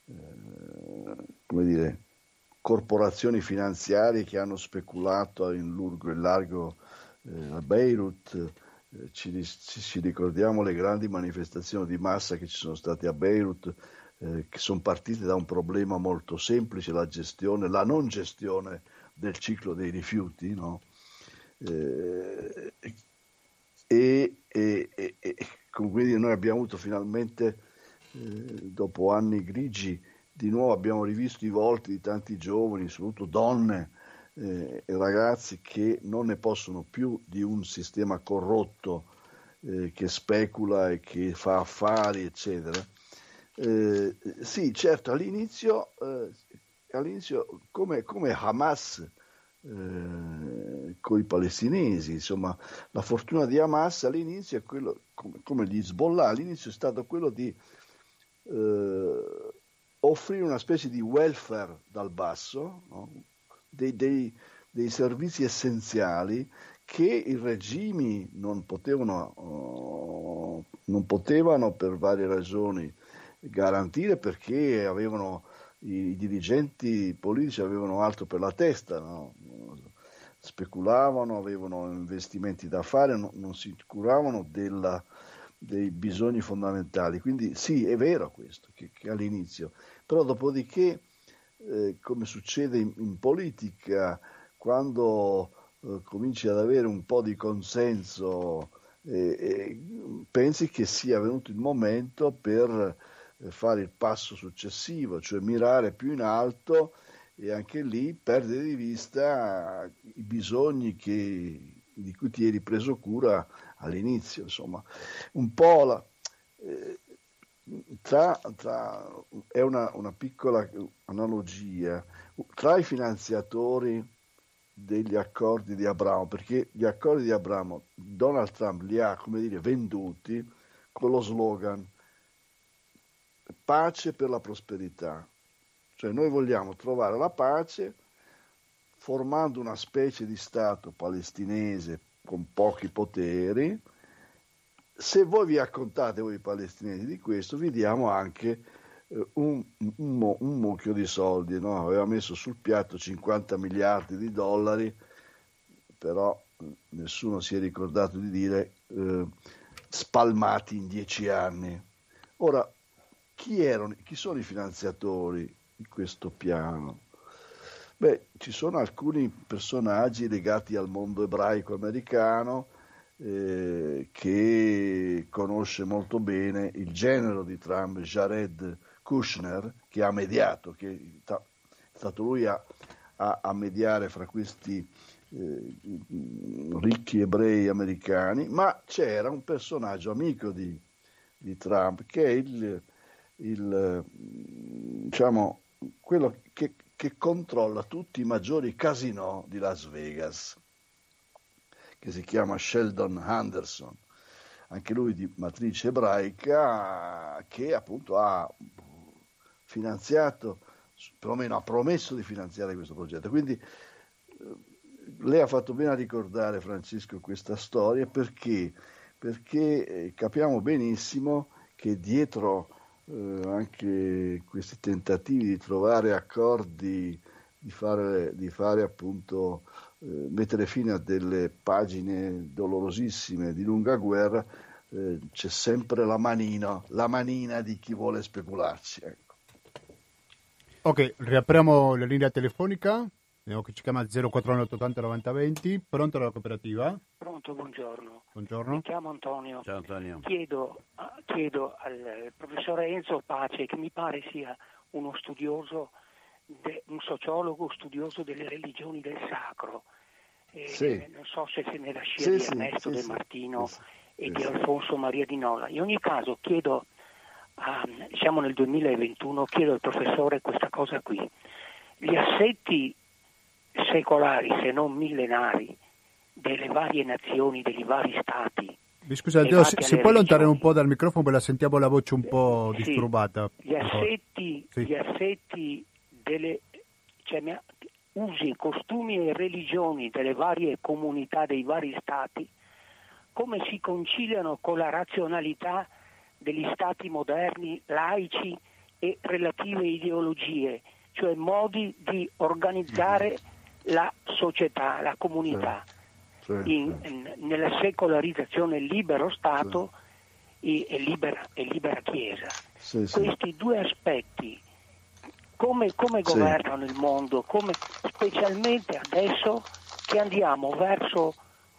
come dire, corporazioni finanziarie che hanno speculato in lungo e largo a Beirut. Ci ricordiamo le grandi manifestazioni di massa che ci sono state a Beirut, che sono partite da un problema molto semplice, la non gestione del ciclo dei rifiuti, no? Quindi noi abbiamo avuto finalmente, dopo anni grigi, di nuovo abbiamo rivisto i volti di tanti giovani, soprattutto donne e ragazzi, che non ne possono più di un sistema corrotto che specula e che fa affari, eccetera. Sì, certo, all'inizio come Hamas con i palestinesi, insomma, la fortuna di Hamas all'inizio è quello, come gli Hezbollah, all'inizio è stato quello di offrire una specie di welfare dal basso, no? dei servizi essenziali che i regimi non potevano per varie ragioni garantire, perché i dirigenti politici avevano altro per la testa, no? Speculavano, avevano investimenti da fare, non si curavano dei bisogni fondamentali. Quindi sì, è vero questo, che all'inizio, però dopodiché, come succede in politica, quando cominci ad avere un po' di consenso, pensi che sia venuto il momento per fare il passo successivo, cioè mirare più in alto, e anche lì perdere di vista i bisogni di cui ti eri preso cura all'inizio. Insomma, un po' è una piccola analogia tra i finanziatori degli accordi di Abramo, perché gli accordi di Abramo Donald Trump li ha, come dire, venduti con lo slogan pace per la prosperità. Cioè noi vogliamo trovare la pace formando una specie di Stato palestinese con pochi poteri. Se voi vi accontate, voi palestinesi, di questo, vi diamo anche un mucchio di soldi, no? Aveva messo sul piatto 50 miliardi di dollari, però nessuno si è ricordato di dire spalmati in 10 anni. Ora, chi sono i finanziatori di questo piano? Beh, ci sono alcuni personaggi legati al mondo ebraico americano che conosce molto bene il genero di Trump, Jared Kushner, che ha mediato, che è stato lui a mediare fra questi ricchi ebrei americani, ma c'era un personaggio amico di Trump che è diciamo, quello che controlla tutti i maggiori casinò di Las Vegas, che si chiama Sheldon Anderson, anche lui di matrice ebraica, che appunto ha finanziato, perlomeno ha promesso di finanziare questo progetto. Quindi lei ha fatto bene a ricordare, Francesco, questa storia perché capiamo benissimo che dietro anche questi tentativi di trovare accordi, di fare appunto mettere fine a delle pagine dolorosissime di lunga guerra, c'è sempre la manina di chi vuole specularci, ecco. Ok, riapriamo la linea telefonica, che ci chiama 04980 9020. Pronto la cooperativa? Pronto, buongiorno. Buongiorno. Mi chiamo Antonio. Ciao Antonio. Chiedo al professore Enzo Pace, che mi pare sia uno studioso, un sociologo studioso delle religioni del sacro. Sì. Non so se ne la scia di Ernesto De Martino e di Alfonso Maria di Nola. In ogni caso chiedo, siamo nel 2021, chiedo al professore questa cosa qui. Gli assetti secolari, se non millenari, delle varie nazioni, dei vari stati. Mi scusa, si può allontanare un po' dal microfono, perché la sentiamo la voce un po' disturbata. Gli assetti delle usi, costumi e religioni delle varie comunità, dei vari stati, come si conciliano con la razionalità degli stati moderni, laici e relative ideologie, cioè modi di organizzare la società, la comunità, nella secolarizzazione libero Stato e libera Chiesa. Questi due aspetti come governano il mondo, specialmente adesso che andiamo verso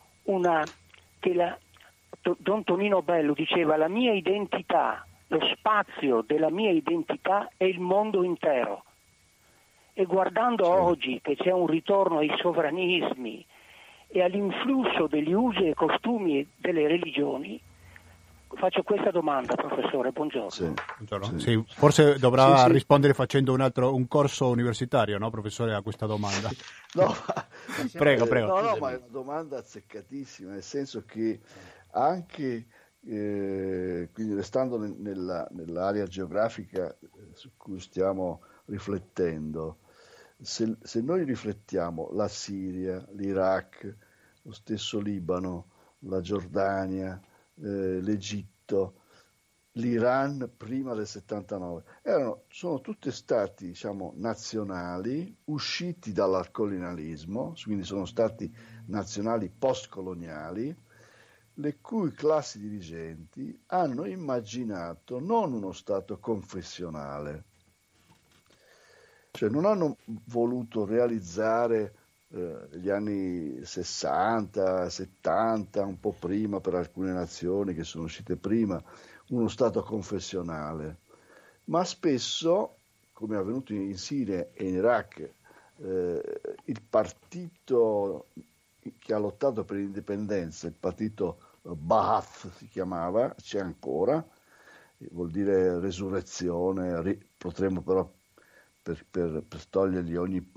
Don Tonino Bello diceva: la mia identità, lo spazio della mia identità è il mondo intero. E guardando oggi che c'è un ritorno ai sovranismi e all'influsso degli usi e costumi delle religioni, faccio questa domanda, professore. Buongiorno. Buongiorno. Sì, forse dovrà rispondere facendo un corso universitario, no, professore, a questa domanda? No, prego. No, ma è una domanda azzeccatissima, nel senso che anche quindi restando nell'area geografica su cui stiamo riflettendo, se noi riflettiamo la Siria, l'Iraq, lo stesso Libano, la Giordania, l'Egitto, l'Iran prima del 79, sono tutti stati, diciamo, nazionali usciti dal colonialismo, quindi sono stati nazionali postcoloniali, le cui classi dirigenti hanno immaginato non uno Stato confessionale, cioè non hanno voluto realizzare negli anni 60, 70, un po' prima per alcune nazioni che sono uscite prima, uno Stato confessionale, ma spesso, come è avvenuto in Siria e in Iraq, il partito che ha lottato per l'indipendenza, il partito Ba'ath si chiamava, c'è ancora, vuol dire resurrezione, potremmo però per togliergli ogni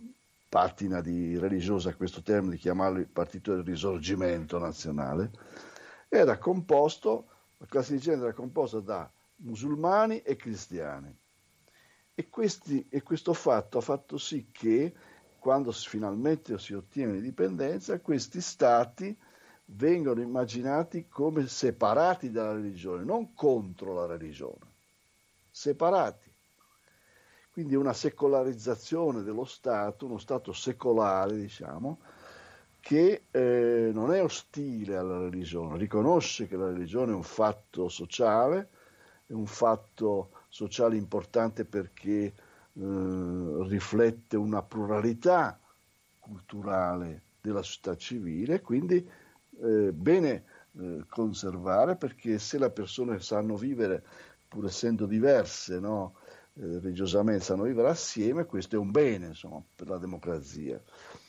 patina di religiosa questo termine di chiamarlo il partito del risorgimento nazionale, era composto, la classe dirigente era composta da musulmani e cristiani. E questo fatto ha fatto sì che quando finalmente si ottiene l'indipendenza, questi stati vengono immaginati come separati dalla religione, non contro la religione, separati. Quindi una secolarizzazione dello Stato, uno Stato secolare, diciamo, che non è ostile alla religione, riconosce che la religione è un fatto sociale, è un fatto sociale importante perché riflette una pluralità culturale della società civile, quindi bene conservare, perché se le persone sanno vivere, pur essendo diverse, no, religiosamente sanno vivere assieme, questo è un bene, insomma, per la democrazia.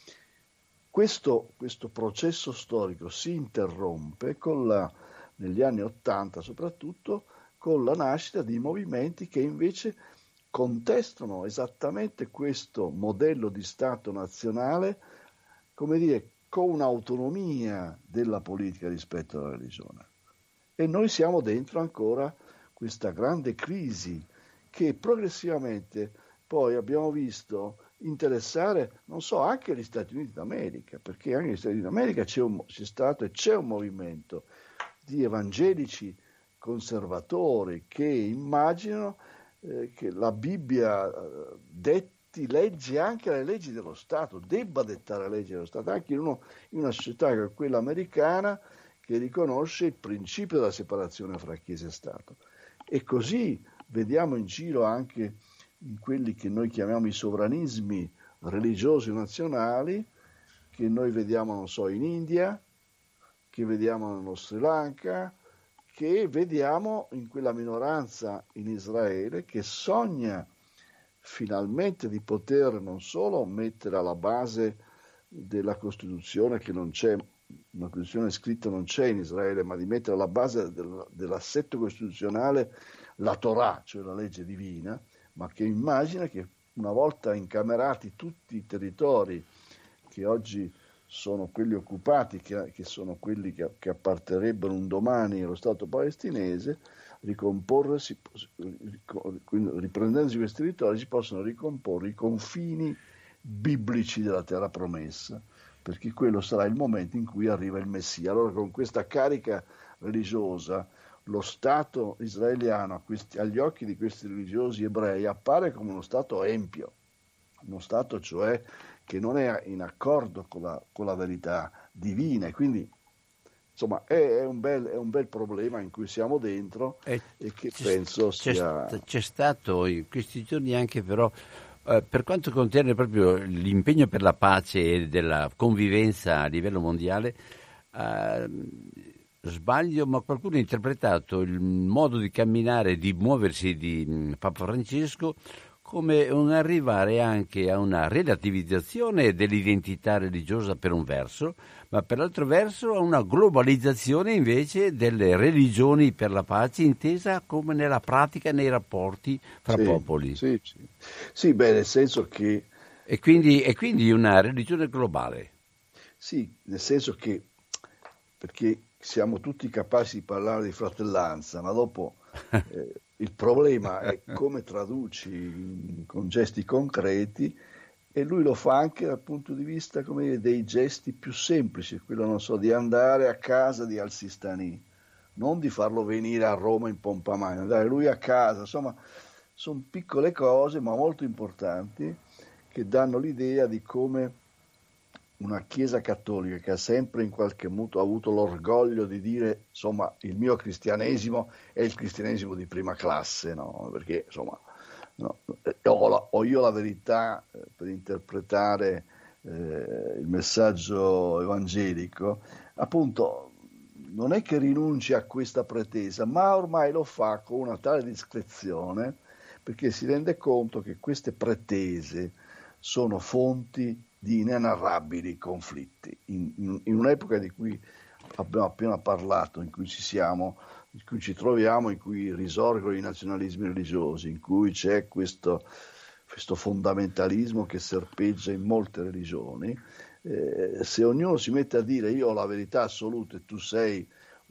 Questo processo storico si interrompe negli anni '80 soprattutto con la nascita di movimenti che invece contestano esattamente questo modello di Stato nazionale, come dire, con un'autonomia della politica rispetto alla religione. E noi siamo dentro ancora questa grande crisi che progressivamente poi abbiamo visto interessare, non so, anche gli Stati Uniti d'America, perché anche negli Stati Uniti d'America c'è stato e c'è un movimento di evangelici conservatori che immaginano che la Bibbia detti leggi anche alle leggi dello Stato, debba dettare leggi dello Stato, anche in una società come quella americana che riconosce il principio della separazione fra Chiesa e Stato. E così vediamo in giro anche in quelli che noi chiamiamo i sovranismi religiosi nazionali, che noi vediamo, non so, in India, che vediamo nello Sri Lanka, che vediamo in quella minoranza in Israele che sogna finalmente di poter non solo mettere alla base della Costituzione, che non c'è, una Costituzione scritta non c'è in Israele, ma di mettere alla base dell'assetto costituzionale la Torah, cioè la legge divina, ma che immagina che una volta incamerati tutti i territori che oggi sono quelli occupati, che sono quelli che apparterrebbero un domani allo Stato palestinese, riprendendosi questi territori, si possono ricomporre i confini biblici della terra promessa, perché quello sarà il momento in cui arriva il Messia. Allora, con questa carica religiosa, lo Stato israeliano agli occhi di questi religiosi ebrei appare come uno Stato empio, uno Stato cioè che non è in accordo con la verità divina, e quindi insomma è un bel problema in cui siamo dentro e che penso sia... C'è stato in questi giorni anche però, per quanto concerne proprio l'impegno per la pace e della convivenza a livello mondiale, sbaglio, ma qualcuno ha interpretato il modo di camminare, di muoversi di Papa Francesco come un arrivare anche a una relativizzazione dell'identità religiosa per un verso, ma per l'altro verso a una globalizzazione invece delle religioni per la pace, intesa come nella pratica nei rapporti fra popoli. Sì, beh, nel senso che... E quindi una religione globale. Sì, nel senso che, perché siamo tutti capaci di parlare di fratellanza, ma dopo... il problema è come traduci con gesti concreti, e lui lo fa anche dal punto di vista, come dire, dei gesti più semplici, quello, non so, di andare a casa di Al-Sistani, non di farlo venire a Roma in pompa magna, andare lui a casa, insomma, sono piccole cose ma molto importanti che danno l'idea di come una Chiesa cattolica che ha sempre in qualche modo avuto l'orgoglio di dire, insomma, il mio cristianesimo è il cristianesimo di prima classe, no? Perché insomma ho io la verità per interpretare il messaggio evangelico, appunto non è che rinunci a questa pretesa, ma ormai lo fa con una tale discrezione, perché si rende conto che queste pretese sono fonti di inenarrabili conflitti in un'epoca di cui abbiamo appena parlato, in cui ci troviamo, in cui risorgono i nazionalismi religiosi, in cui c'è questo questo fondamentalismo che serpeggia in molte religioni. Se ognuno si mette a dire io ho la verità assoluta e tu sei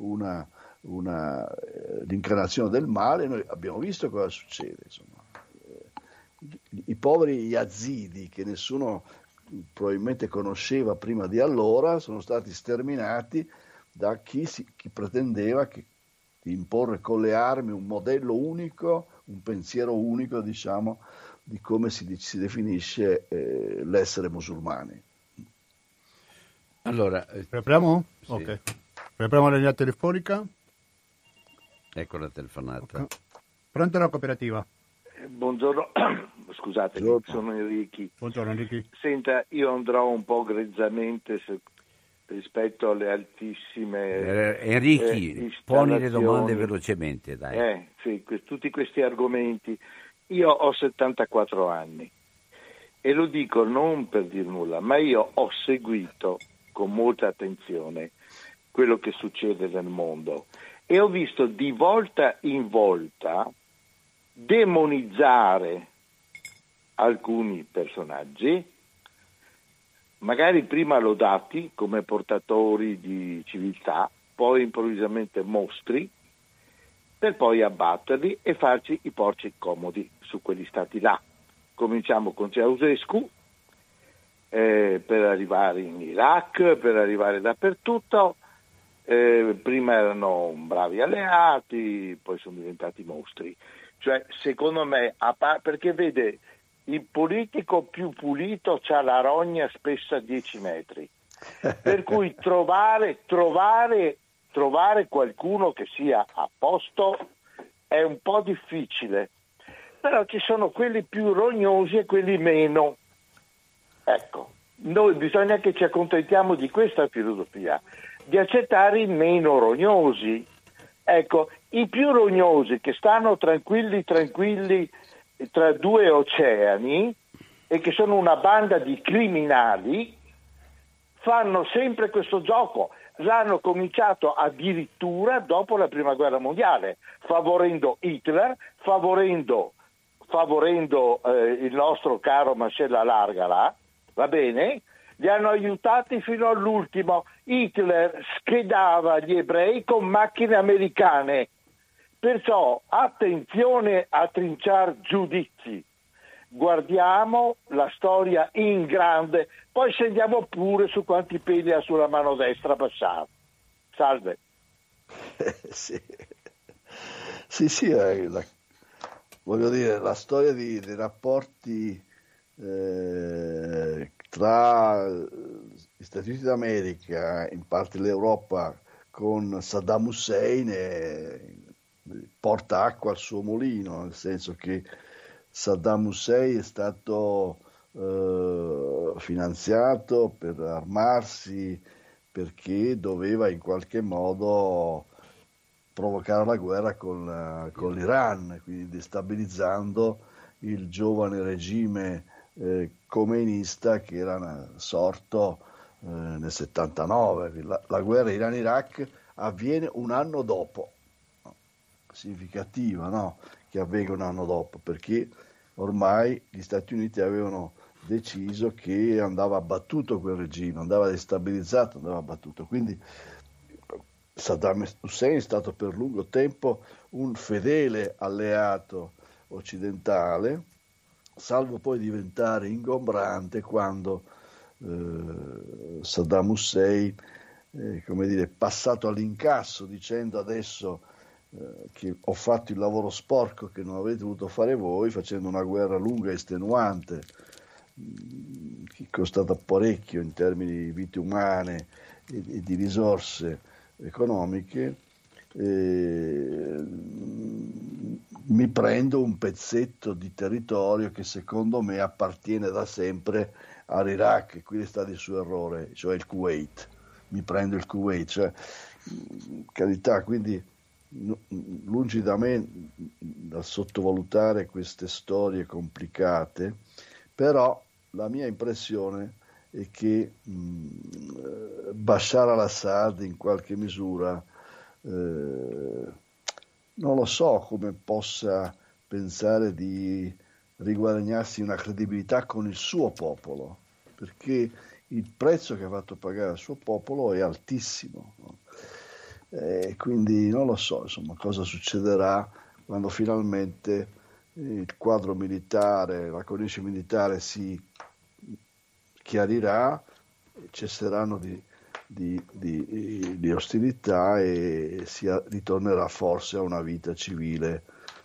l'incarnazione del male, noi abbiamo visto cosa succede. Insomma. I poveri yazidi che nessuno probabilmente conosceva prima di allora sono stati sterminati da chi pretendeva di imporre con le armi un modello unico, un pensiero unico, diciamo, di come si definisce l'essere musulmani. Allora, Apriamo? Sì. Ok. Apriamo la linea telefonica. Ecco la telefonata. Ok. Pronto la cooperativa? Buongiorno, scusate, Buongiorno. sono Enrichi. Buongiorno Enrico. Senta, io andrò un po' grezzamente rispetto alle altissime Enrichi, poni le domande installazioni. velocemente, dai. Sì, tutti questi argomenti. Io ho 74 anni e lo dico non per dir nulla, ma io ho seguito con molta attenzione quello che succede nel mondo e ho visto di volta in volta demonizzare alcuni personaggi, magari prima lodati come portatori di civiltà, poi improvvisamente mostri, per poi abbatterli e farci i porci comodi su quegli stati là. Cominciamo con Ceausescu, per arrivare in Iraq, per arrivare dappertutto. Prima erano bravi alleati, poi sono diventati mostri. Cioè, secondo me, perché vede, il politico più pulito c'ha la rogna spessa 10 metri, per cui trovare qualcuno che sia a posto è un po' difficile, però ci sono quelli più rognosi e quelli meno. Ecco, noi bisogna che ci accontentiamo di questa filosofia, di accettare i meno rognosi. Ecco, i più rognosi che stanno tranquilli tra due oceani e che sono una banda di criminali fanno sempre questo gioco. L'hanno cominciato addirittura dopo la prima guerra mondiale, favorendo Hitler, favorendo il nostro caro Mascella Largala, va bene? Li hanno aiutati fino all'ultimo. Hitler schedava gli ebrei con macchine americane, perciò attenzione a trinciar giudizi. Guardiamo la storia in grande, poi scendiamo pure su quanti peli ha sulla mano destra Bashar. Salve. Sì, voglio dire, la storia dei rapporti tra gli Stati Uniti d'America, in parte l'Europa, con Saddam Hussein porta acqua al suo mulino, nel senso che Saddam Hussein è stato finanziato per armarsi perché doveva in qualche modo provocare la guerra con l'Iran, quindi destabilizzando il giovane regime khomeinista che era sorto nel 79. La guerra Iran-Iraq avviene un anno dopo, significativa, no? Che avvenga un anno dopo, perché ormai gli Stati Uniti avevano deciso che andava abbattuto quel regime, andava destabilizzato, andava abbattuto. Quindi Saddam Hussein è stato per lungo tempo un fedele alleato occidentale, salvo poi diventare ingombrante quando Saddam Hussein è passato all'incasso dicendo adesso che ho fatto il lavoro sporco che non avete dovuto fare voi, facendo una guerra lunga e estenuante che è costata parecchio in termini di vite umane e di risorse economiche. Mi prendo un pezzetto di territorio che secondo me appartiene da sempre all'Iraq, e qui sta il suo errore, cioè il Kuwait. Mi prendo il Kuwait, cioè, carità, quindi lungi da me da sottovalutare queste storie complicate, però la mia impressione è che Bashar al-Assad in qualche misura non lo so come possa pensare di riguadagnarsi una credibilità con il suo popolo, perché il prezzo che ha fatto pagare al suo popolo è altissimo, no? Quindi non lo so, insomma, cosa succederà quando finalmente il quadro militare, la cornice militare si chiarirà, cesseranno di ostilità e si ritornerà forse a una vita civile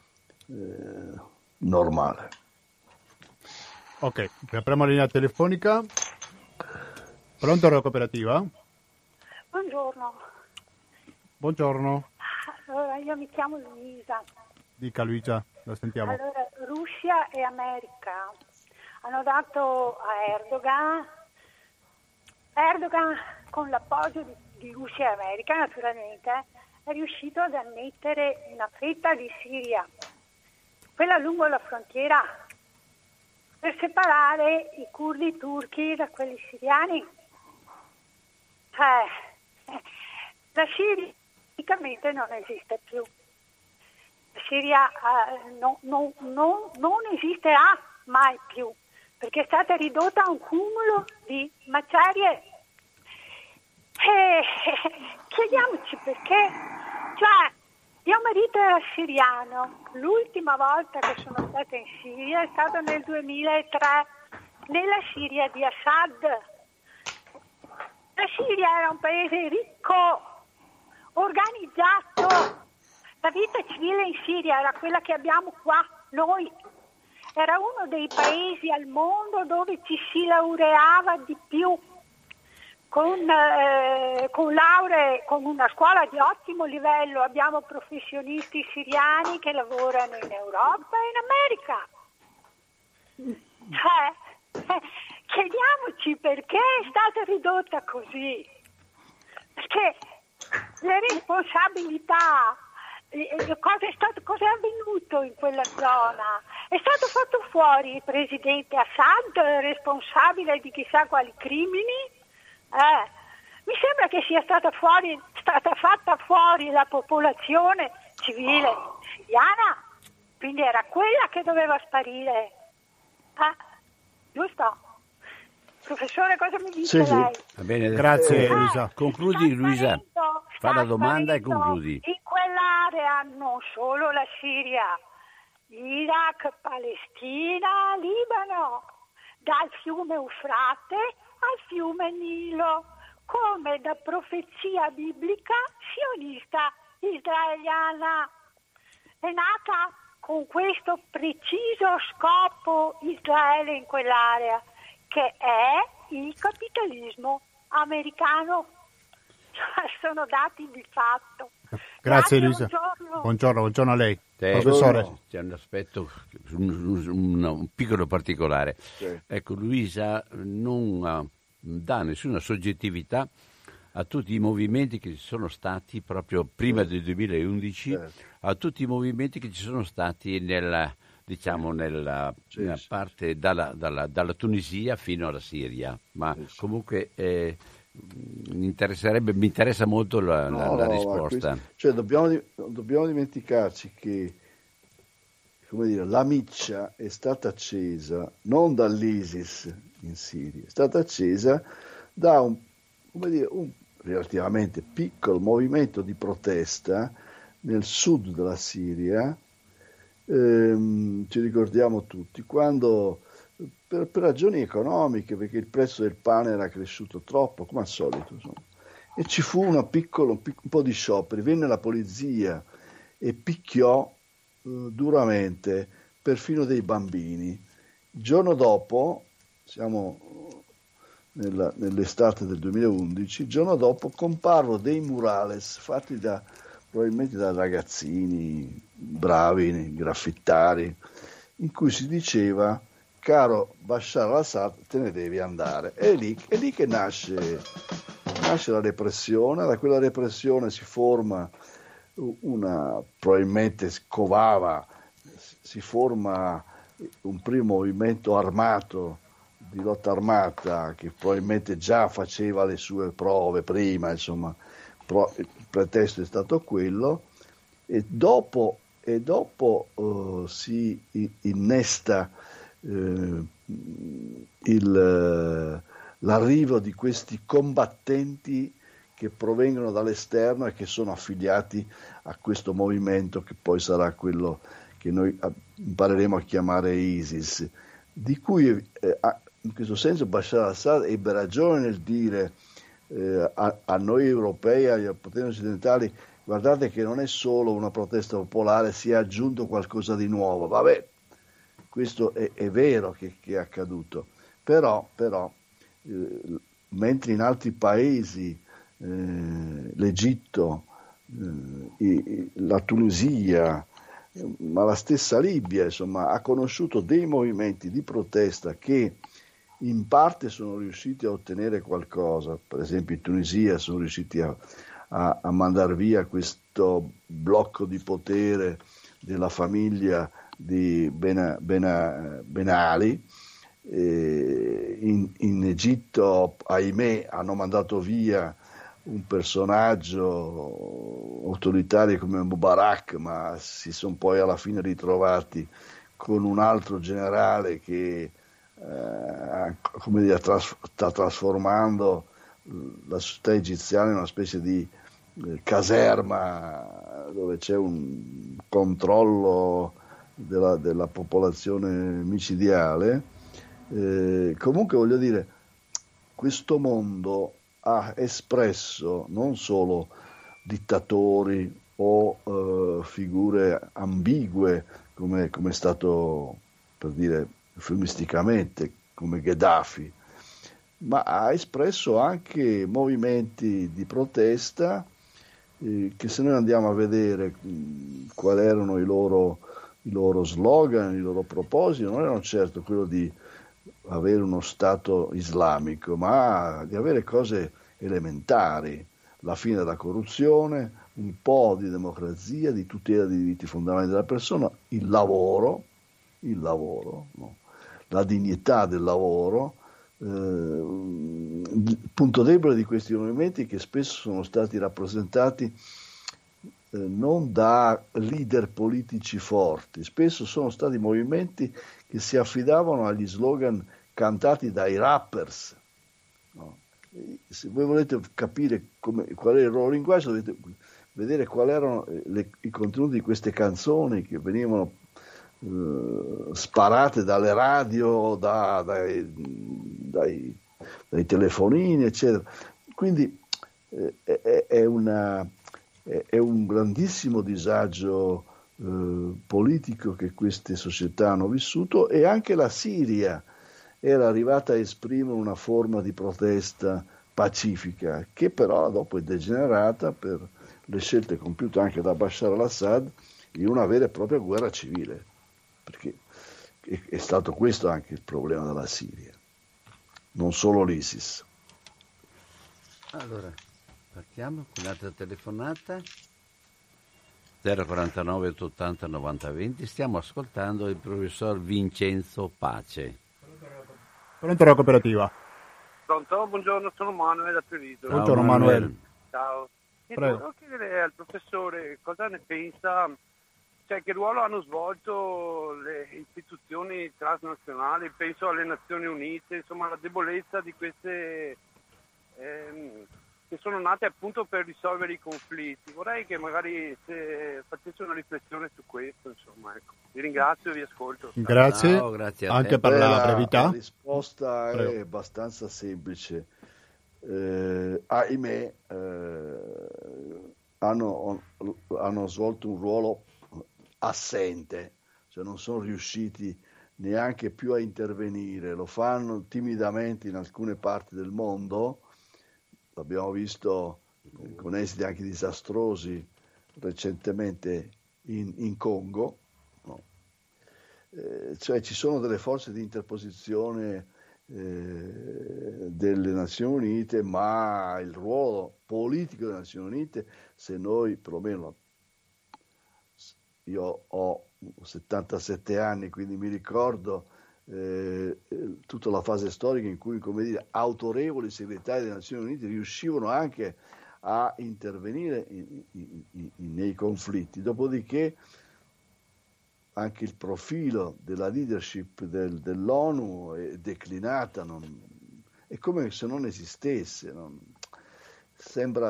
normale. Ok, apriamo la linea telefonica. Pronto alla cooperativa? Buongiorno. Buongiorno. Allora, io mi chiamo Luisa. Dica Luisa, la sentiamo. Allora, Russia e America hanno dato a Erdogan con l'appoggio di Russia e America, naturalmente, è riuscito ad annettere una fetta di Siria, quella lungo la frontiera, per separare i curdi turchi da quelli siriani. La Siria praticamente non esiste più. La Siria non esisterà mai più, perché è stata ridotta a un cumulo di macerie. E chiediamoci perché. Cioè, mio marito era siriano, l'ultima volta che sono stata in Siria è stato nel 2003, nella Siria di Assad. La Siria era un paese ricco, organizzato. La vita civile in Siria era quella che abbiamo qua noi. Era uno dei paesi al mondo dove ci si laureava di più, con lauree, con una scuola di ottimo livello. Abbiamo professionisti siriani che lavorano in Europa e in America. Chiediamoci perché è stata ridotta così. Perché le responsabilità, cosa è avvenuto in quella zona? È stato fatto fuori il presidente Assad, responsabile di chissà quali crimini? Mi sembra che sia stata fatta fuori la popolazione civile siriana, quindi era quella che doveva sparire. Giusto? Professore, cosa mi dice lei? Va bene, grazie Luisa. Concludi Luisa, fa la domanda e concludi. In quell'area non solo la Siria, Iraq, Palestina, Libano, dal fiume Eufrate al fiume Nilo, come da profezia biblica sionista israeliana. È nata con questo preciso scopo Israele in quell'area, che è il capitalismo americano. Sono dati di fatto. Grazie Luisa. Buongiorno a lei. Professore. C'è un aspetto, un piccolo particolare. Ecco, Luisa non dà nessuna soggettività a tutti i movimenti che ci sono stati proprio prima del 2011, a tutti i movimenti che ci sono stati nella parte dalla Tunisia fino alla Siria, ma comunque mi interessa molto la risposta. Dobbiamo dimenticarci che, come dire, la miccia è stata accesa non dall'ISIS in Siria, è stata accesa da un relativamente piccolo movimento di protesta nel sud della Siria. Ci ricordiamo tutti quando per ragioni economiche, perché il prezzo del pane era cresciuto troppo, come al solito, insomma. E ci fu un po' di scioperi, venne la polizia e picchiò duramente perfino dei bambini. Il giorno dopo, siamo nell'estate del 2011, il giorno dopo comparvero dei murales fatti probabilmente da ragazzini bravi, graffittari, in cui si diceva: caro Bashar al-Assad, te ne devi andare. È lì che nasce la repressione. Da quella repressione si forma probabilmente si forma un primo movimento armato, di lotta armata, che probabilmente già faceva le sue prove prima, insomma, il pretesto è stato quello, e dopo e dopo si innesta l'arrivo di questi combattenti che provengono dall'esterno e che sono affiliati a questo movimento che poi sarà quello che noi impareremo a chiamare ISIS, di cui in questo senso Bashar al-Assad ebbe ragione nel dire a noi europei, agli poteri occidentali: guardate che non è solo una protesta popolare, si è aggiunto qualcosa di nuovo. Vabbè, questo è vero che è accaduto, però mentre in altri paesi, l'Egitto, la Tunisia, ma la stessa Libia, insomma, ha conosciuto dei movimenti di protesta che in parte sono riusciti a ottenere qualcosa. Per esempio in Tunisia sono riusciti a mandar via questo blocco di potere della famiglia di Ben Ali. In Egitto, ahimè, hanno mandato via un personaggio autoritario come Mubarak, ma si sono poi alla fine ritrovati con un altro generale che sta trasformando la società egiziana in una specie di caserma dove c'è un controllo della popolazione micidiale. Comunque, voglio dire, questo mondo ha espresso non solo dittatori o figure ambigue come è stato, per dire eufemisticamente, come Gheddafi, ma ha espresso anche movimenti di protesta che, se noi andiamo a vedere quali erano i loro slogan, i loro propositi, non erano certo quello di avere uno Stato islamico, ma di avere cose elementari: la fine della corruzione, un po' di democrazia, di tutela dei diritti fondamentali della persona, il lavoro, no? La dignità del lavoro. Il punto debole di questi movimenti è che spesso sono stati rappresentati non da leader politici forti, spesso sono stati movimenti che si affidavano agli slogan cantati dai rappers, no? Se voi volete capire qual è il loro linguaggio, dovete vedere quali erano i contenuti di queste canzoni che venivano sparate dalle radio, dai telefonini, eccetera. Quindi è un grandissimo disagio politico che queste società hanno vissuto, e anche la Siria era arrivata a esprimere una forma di protesta pacifica, che però dopo è degenerata per le scelte compiute anche da Bashar al-Assad in una vera e propria guerra civile, perché è stato questo anche il problema della Siria, non solo l'ISIS. Allora, partiamo con un'altra telefonata. 049 880 9020. Stiamo ascoltando il professor Vincenzo Pace. Pronto, la cooperativa. Pronto, buongiorno, sono Manuel da Treviso. Buongiorno Manuel. Ciao. Prego. Volevo chiedere al professore cosa ne pensa, cioè che ruolo hanno svolto le istituzioni transnazionali, penso alle Nazioni Unite, insomma la debolezza di queste che sono nate appunto per risolvere i conflitti. Vorrei che magari se facesse una riflessione su questo, insomma, ecco. Vi ringrazio e vi ascolto. Grazie, Ciao, grazie a anche te. per la brevità. La risposta è abbastanza semplice. Ahimè, hanno svolto un ruolo assente, cioè non sono riusciti neanche più a intervenire, lo fanno timidamente in alcune parti del mondo. L'abbiamo visto con esiti anche disastrosi recentemente in Congo, no? Cioè ci sono delle forze di interposizione delle Nazioni Unite, ma il ruolo politico delle Nazioni Unite, se noi perlomeno, io ho 77 anni, quindi mi ricordo tutta la fase storica in cui, come dire, autorevoli segretari delle Nazioni Unite riuscivano anche a intervenire nei conflitti. Dopodiché anche il profilo della leadership dell'ONU è declinata, è come se non esistesse, sembra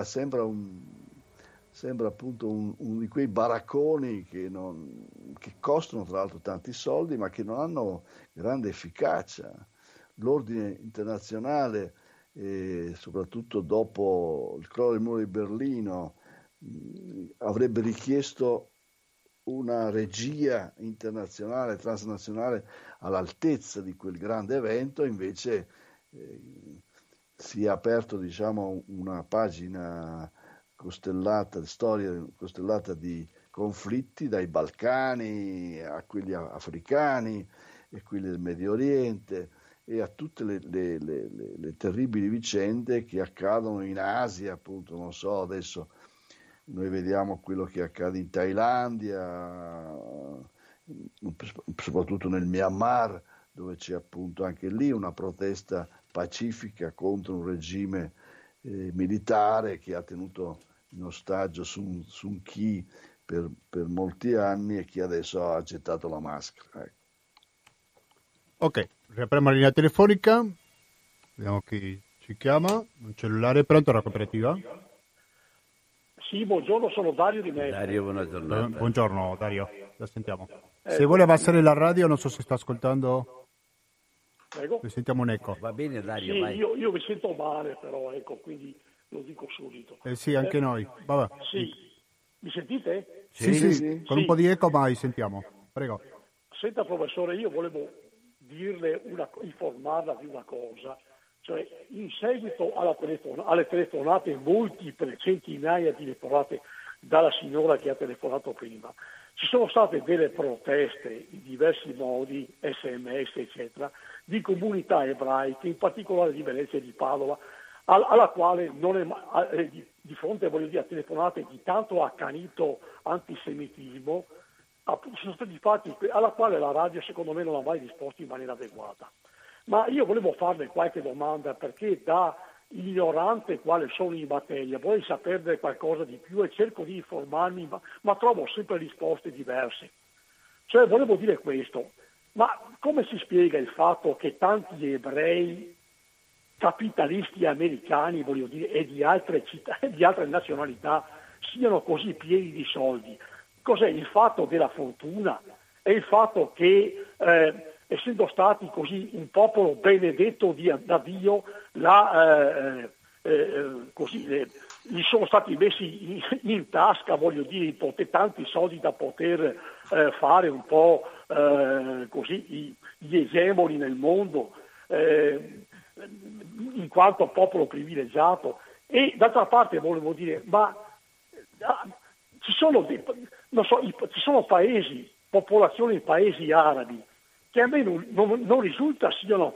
appunto uno di quei baracconi che costano tra l'altro tanti soldi, ma che non hanno grande efficacia. L'ordine internazionale, soprattutto dopo il crollo del muro di Berlino, avrebbe richiesto una regia internazionale, transnazionale all'altezza di quel grande evento. Invece si è aperto, diciamo, una pagina costellata, storia costellata di conflitti, dai Balcani a quelli africani e quelli del Medio Oriente, e a tutte le terribili vicende che accadono in Asia, appunto. Non so, adesso noi vediamo quello che accade in Thailandia, soprattutto nel Myanmar, dove c'è appunto anche lì una protesta pacifica contro un regime militare che ha tenuto in ostaggio Suu Kyi per molti anni e che adesso ha gettato la maschera. Ecco. Ok, riapriamo la linea telefonica, vediamo chi ci chiama. Un cellulare, pronto alla cooperativa? Sì, buongiorno, sono Dario di Mestre. Dario, buona giornata. Buongiorno Dario, la sentiamo. Se vuole abbassare la radio, non so se sta ascoltando. Prego? Mi sentiamo un eco. Va bene Dario, Sì, vai. io mi sento male però, ecco, quindi lo dico subito. Sì, anche noi. Vabbè. Sì, mi sentite? Sì, con un po' di eco, ma sentiamo. Prego. Senta professore, io volevo informarla di una cosa, cioè in seguito alle telefonate multiple, centinaia di telefonate dalla signora che ha telefonato prima, ci sono state delle proteste in diversi modi, SMS eccetera, di comunità ebraiche, in particolare di Venezia e di Padova, alla quale non è di fronte, voglio dire, a telefonate di tanto accanito antisemitismo, sono stati fatti, alla quale la radio secondo me non ha mai risposto in maniera adeguata. Ma io volevo farle qualche domanda, perché da ignorante quale sono in materia vorrei saperne qualcosa di più e cerco di informarmi, ma trovo sempre risposte diverse. Cioè volevo dire questo: ma come si spiega il fatto che tanti ebrei capitalisti americani, voglio dire, e di altre città e di altre nazionalità siano così pieni di soldi? Cos'è il fatto della fortuna? È il fatto che essendo stati così un popolo benedetto da Dio, gli sono stati messi in tasca, voglio dire, tanti soldi da poter fare un po' così gli egemoni nel mondo, in quanto popolo privilegiato. E d'altra parte volevo dire, ma ci sono paesi, popolazioni in paesi arabi che a me non risulta siano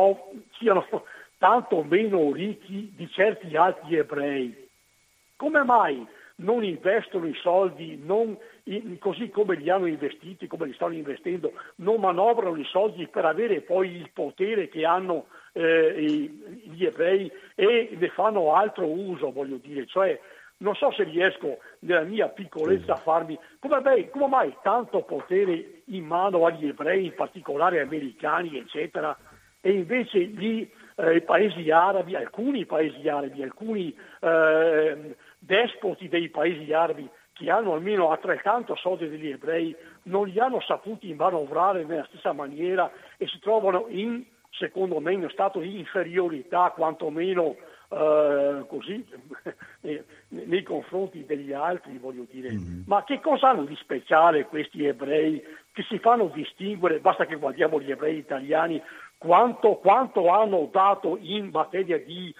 tanto meno ricchi di certi altri ebrei. Come mai non investono i soldi, così come li hanno investiti, come li stanno investendo, non manovrano i soldi per avere poi il potere che hanno gli ebrei e ne fanno altro uso, voglio dire, cioè non so se riesco nella mia piccolezza a farmi come mai tanto potere in mano agli ebrei, in particolare americani eccetera, e invece i paesi arabi, alcuni despoti dei paesi arabi che hanno almeno altrettanto soldi degli ebrei non li hanno saputi manovrare nella stessa maniera e si trovano secondo me in uno stato di inferiorità quantomeno così nei confronti degli altri, voglio dire. Ma che cosa hanno di speciale questi ebrei che si fanno distinguere? Basta che guardiamo gli ebrei italiani quanto hanno dato in materia di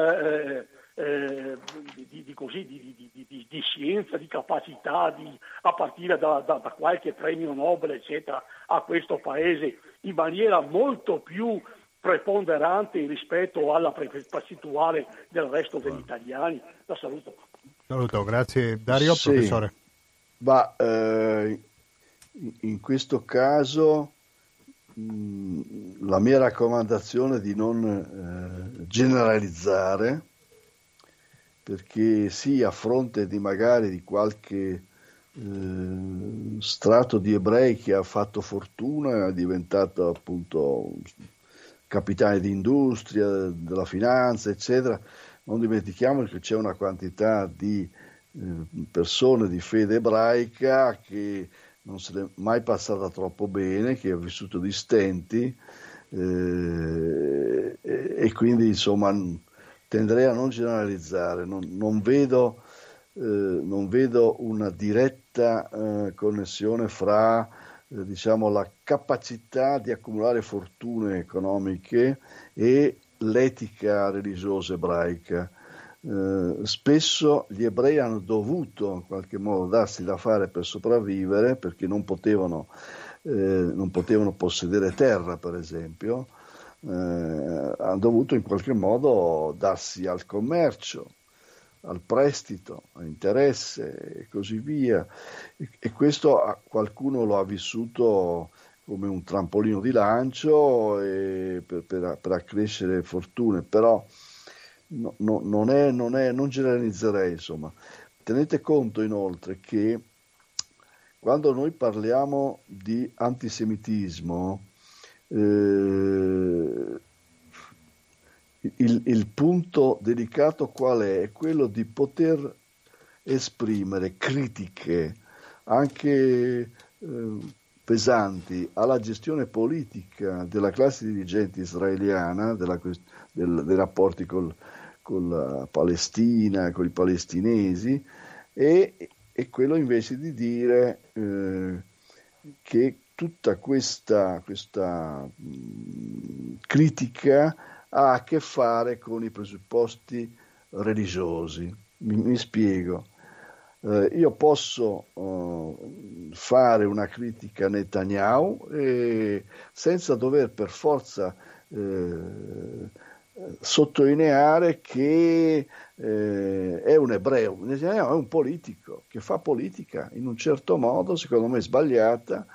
scienza, di capacità, a partire da qualche premio Nobel eccetera, a questo paese in maniera molto più preponderante rispetto alla percentuale del resto degli italiani. La saluto. Saluto, grazie Dario. Sì. Professore. In questo caso la mia raccomandazione è di non generalizzare, perché sì, a fronte di magari di qualche strato di ebrei che ha fatto fortuna, è diventato appunto capitani di industria, della finanza, eccetera. Non dimentichiamo che c'è una quantità di persone di fede ebraica che non se l'è mai passata troppo bene, che ha vissuto di stenti, e quindi insomma tenderei a non generalizzare, non vedo una diretta connessione fra diciamo la capacità di accumulare fortune economiche e l'etica religiosa ebraica. Spesso gli ebrei hanno dovuto in qualche modo darsi da fare per sopravvivere, perché non potevano possedere terra, per esempio, hanno dovuto in qualche modo darsi al commercio, al prestito, all'interesse e così via, e questo qualcuno lo ha vissuto come un trampolino di lancio per accrescere fortune, però non generalizzerei, insomma. Tenete conto inoltre che quando noi parliamo di antisemitismo, il punto delicato qual è? È quello di poter esprimere critiche anche pesanti alla gestione politica della classe dirigente israeliana, dei rapporti con la Palestina, con i palestinesi, e quello invece di dire che tutta questa critica ha a che fare con i presupposti religiosi. Mi spiego. Io posso fare una critica a Netanyahu senza dover per forza sottolineare che è un ebreo. Netanyahu è un politico che fa politica in un certo modo, secondo me sbagliata,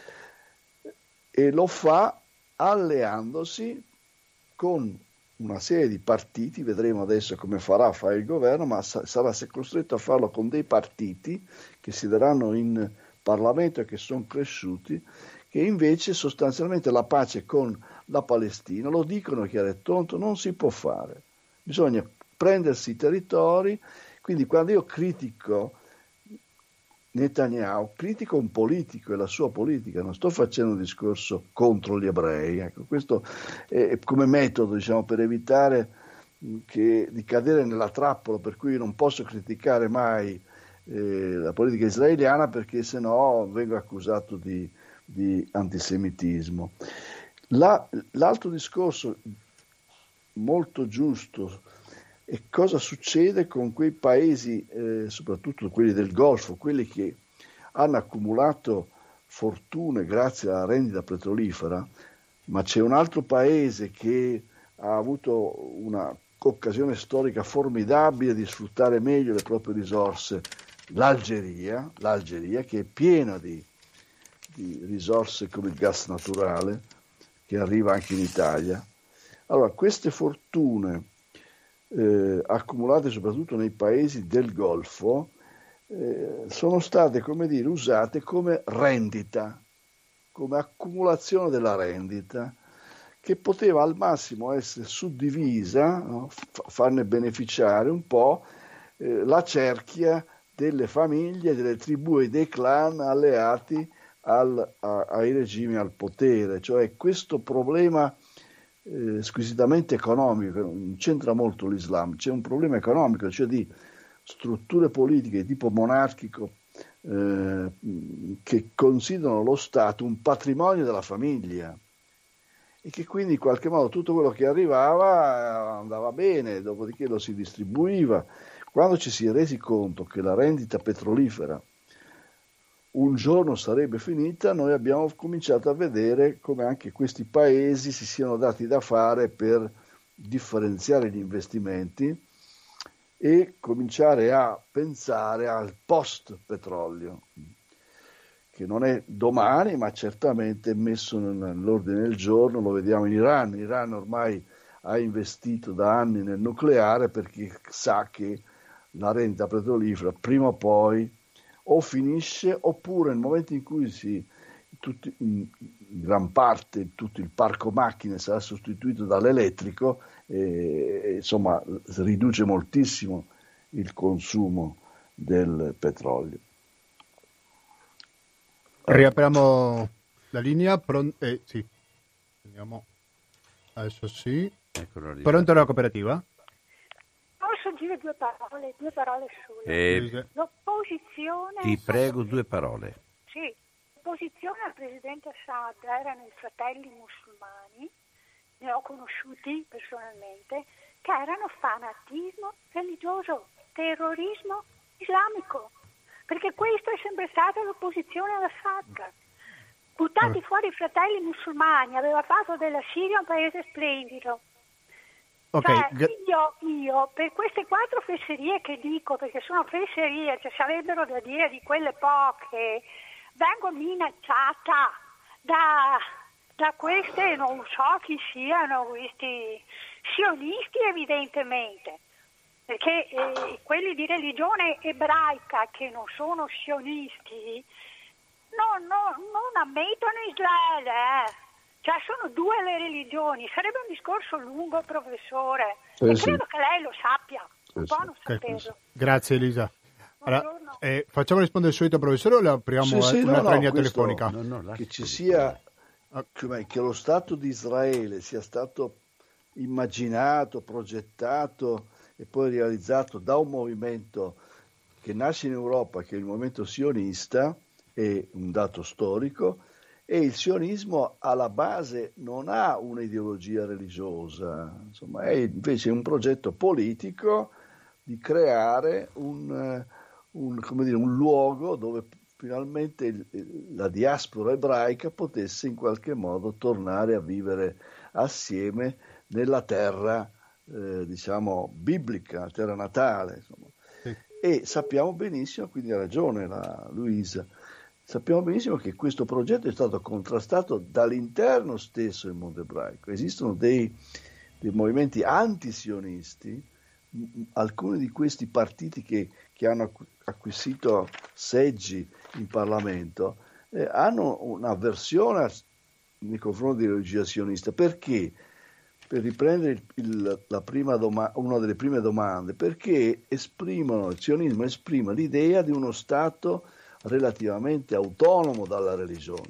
e lo fa alleandosi con una serie di partiti. Vedremo adesso come farà a fare il governo, ma sarà costretto a farlo con dei partiti che si daranno in Parlamento e che sono cresciuti, che invece sostanzialmente la pace con la Palestina, lo dicono chiaro e tonto, non si può fare. Bisogna prendersi i territori. Quindi quando io critico Netanyahu, critico un politico e la sua politica, non sto facendo un discorso contro gli ebrei. Ecco, questo è come metodo, diciamo, per evitare di cadere nella trappola per cui io non posso criticare mai la politica israeliana, perché sennò vengo accusato di antisemitismo. L'altro discorso molto giusto è cosa succede con quei paesi, soprattutto quelli del Golfo, quelli che hanno accumulato fortune grazie alla rendita petrolifera, ma c'è un altro paese che ha avuto una occasione storica formidabile di sfruttare meglio le proprie risorse, l'Algeria, che è piena di risorse come il gas naturale, che arriva anche in Italia. Allora, queste fortune accumulate soprattutto nei paesi del Golfo sono state, come dire, usate come rendita, come accumulazione della rendita, che poteva al massimo essere suddivisa, no? Farne beneficiare un po' la cerchia delle famiglie, delle tribù e dei clan alleati ai regimi al potere. Cioè questo problema squisitamente economico, non c'entra molto l'Islam, c'è un problema economico, cioè di strutture politiche di tipo monarchico che considerano lo Stato un patrimonio della famiglia e che quindi in qualche modo tutto quello che arrivava andava bene, dopodiché lo si distribuiva. Quando ci si è resi conto che la rendita petrolifera un giorno sarebbe finita, noi abbiamo cominciato a vedere come anche questi paesi si siano dati da fare per differenziare gli investimenti e cominciare a pensare al post petrolio, che non è domani, ma certamente messo nell'ordine del giorno. Lo vediamo in Iran. L'Iran ormai ha investito da anni nel nucleare perché sa che la rendita petrolifera prima o poi o finisce, oppure nel momento in cui in gran parte tutto il parco macchine sarà sostituito dall'elettrico, insomma riduce moltissimo il consumo del petrolio. Riapriamo la linea. Sì. Andiamo. Adesso sì. Pronto la cooperativa? Posso dire due parole sole? L'opposizione... Ti prego, 2 parole. Sì, l'opposizione al presidente Assad erano i fratelli musulmani, ne ho conosciuti personalmente, che erano fanatismo religioso, terrorismo islamico, perché questa è sempre stata l'opposizione all'Assad. Buttati fuori i fratelli musulmani, aveva fatto della Siria un paese splendido. Okay. Io per queste 4 fesserie che dico, perché sono fesserie, cioè sarebbero da dire di quelle poche, vengo minacciata da queste, non so chi siano, questi sionisti evidentemente, perché quelli di religione ebraica che non sono sionisti non ammettono Israele, Cioè sono 2 le religioni, sarebbe un discorso lungo, professore, e credo che lei lo sappia, un po' non saperlo. Grazie Elisa. Allora, facciamo rispondere subito al professore o le apriamo una linea telefonica? Che ci sia, che lo Stato di Israele sia stato immaginato, progettato e poi realizzato da un movimento che nasce in Europa, che è il movimento sionista, è un dato storico, e il sionismo alla base non ha un'ideologia religiosa, insomma, è invece un progetto politico di creare un luogo dove finalmente la diaspora ebraica potesse in qualche modo tornare a vivere assieme nella terra, biblica, terra natale, insomma. Sì. E sappiamo benissimo, quindi ha ragione la Luisa, sappiamo benissimo che questo progetto è stato contrastato dall'interno stesso del mondo ebraico. Esistono dei movimenti antisionisti, alcuni di questi partiti che hanno acquisito seggi in Parlamento hanno un'avversione nei confronti dell'ideologia sionista. Perché? Per riprendere una delle prime domande, perché il sionismo esprime l'idea di uno Stato relativamente autonomo dalla religione.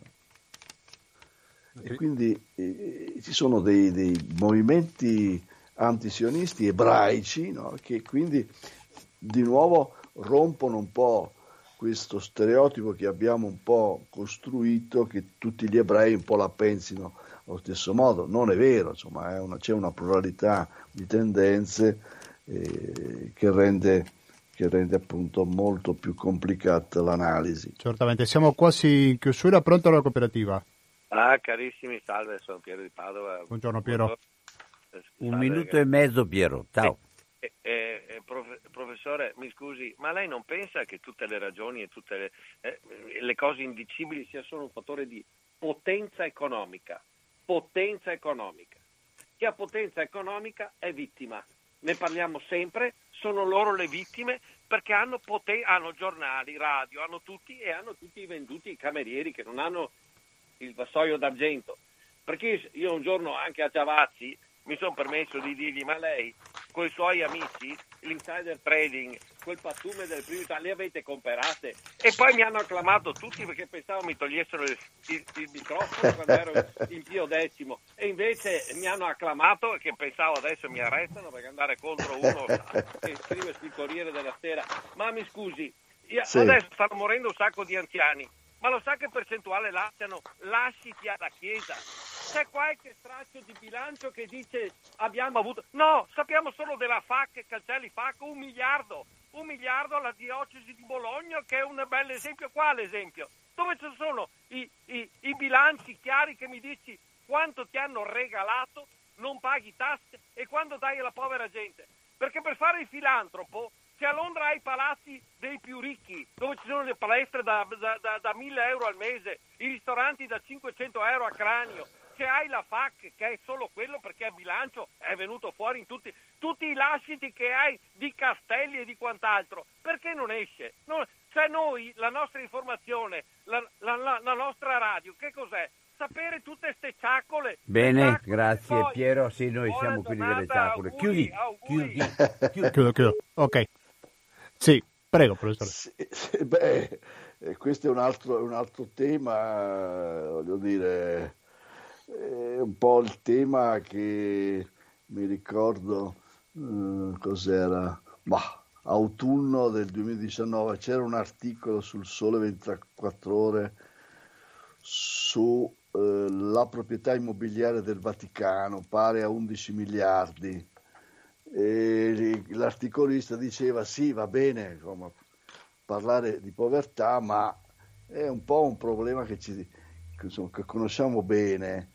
E quindi ci sono dei movimenti antisionisti ebraici, no? Che quindi di nuovo rompono un po' questo stereotipo che abbiamo un po' costruito, che tutti gli ebrei un po' la pensino allo stesso modo. Non è vero, insomma, c'è una pluralità di tendenze che rende appunto molto più complicata l'analisi. Certamente, siamo quasi in chiusura. Pronto la cooperativa? Carissimi, salve, sono Piero di Padova. Buongiorno Piero. Un minuto e mezzo, Piero, ciao. Professore, mi scusi, ma lei non pensa che tutte le ragioni e tutte le cose indicibili sia solo un fattore di potenza economica? Potenza economica. Chi ha potenza economica è vittima. Ne parliamo sempre, sono loro le vittime perché hanno giornali, radio, hanno tutti i venduti, i camerieri che non hanno il vassoio d'argento. Perché io un giorno anche a Giavazzi mi sono permesso di dirgli: ma lei con i suoi amici l'insider trading, quel pattume del primo Italia, le avete comperate? E poi mi hanno acclamato tutti perché pensavo mi togliessero il microfono quando ero in Pio X, e invece mi hanno acclamato, che pensavo adesso mi arrestano perché andare contro uno che scrive sul Corriere della Sera. Ma mi scusi, adesso stanno morendo un sacco di anziani, ma lo sa che percentuale lasciano? Lasciti alla Chiesa. C'è qualche straccio di bilancio che dice abbiamo avuto? No, sappiamo solo della FAC, Cancelli FAC, 1 miliardo. 1 miliardo alla diocesi di Bologna, che è un bel esempio. Quale esempio? Dove ci sono i bilanci chiari che mi dici quanto ti hanno regalato, non paghi tasse e quando dai alla povera gente? Perché per fare il filantropo, se a Londra hai i palazzi dei più ricchi, dove ci sono le palestre da 1.000 euro al mese, i ristoranti da 500 euro a cranio, se hai la FAC, che è solo quello perché a bilancio è venuto fuori in tutti i lasciti che hai di Castelli e di quant'altro, perché non esce? Cioè noi, la nostra informazione, la nostra radio, che cos'è? Sapere tutte ste ciaccole. Bene, grazie poi, Piero, sì, noi siamo quelli delle ciaccole. Chiudi. Chiudo. Ok. Sì, prego, professore. Questo è un altro tema, voglio dire, è un po' il tema che mi ricordo, cos'era? Autunno del 2019 c'era un articolo sul Sole 24 Ore su la proprietà immobiliare del Vaticano, pare a 11 miliardi. E l'articolista diceva sì, va bene parlare di povertà, ma è un po' un problema che conosciamo bene.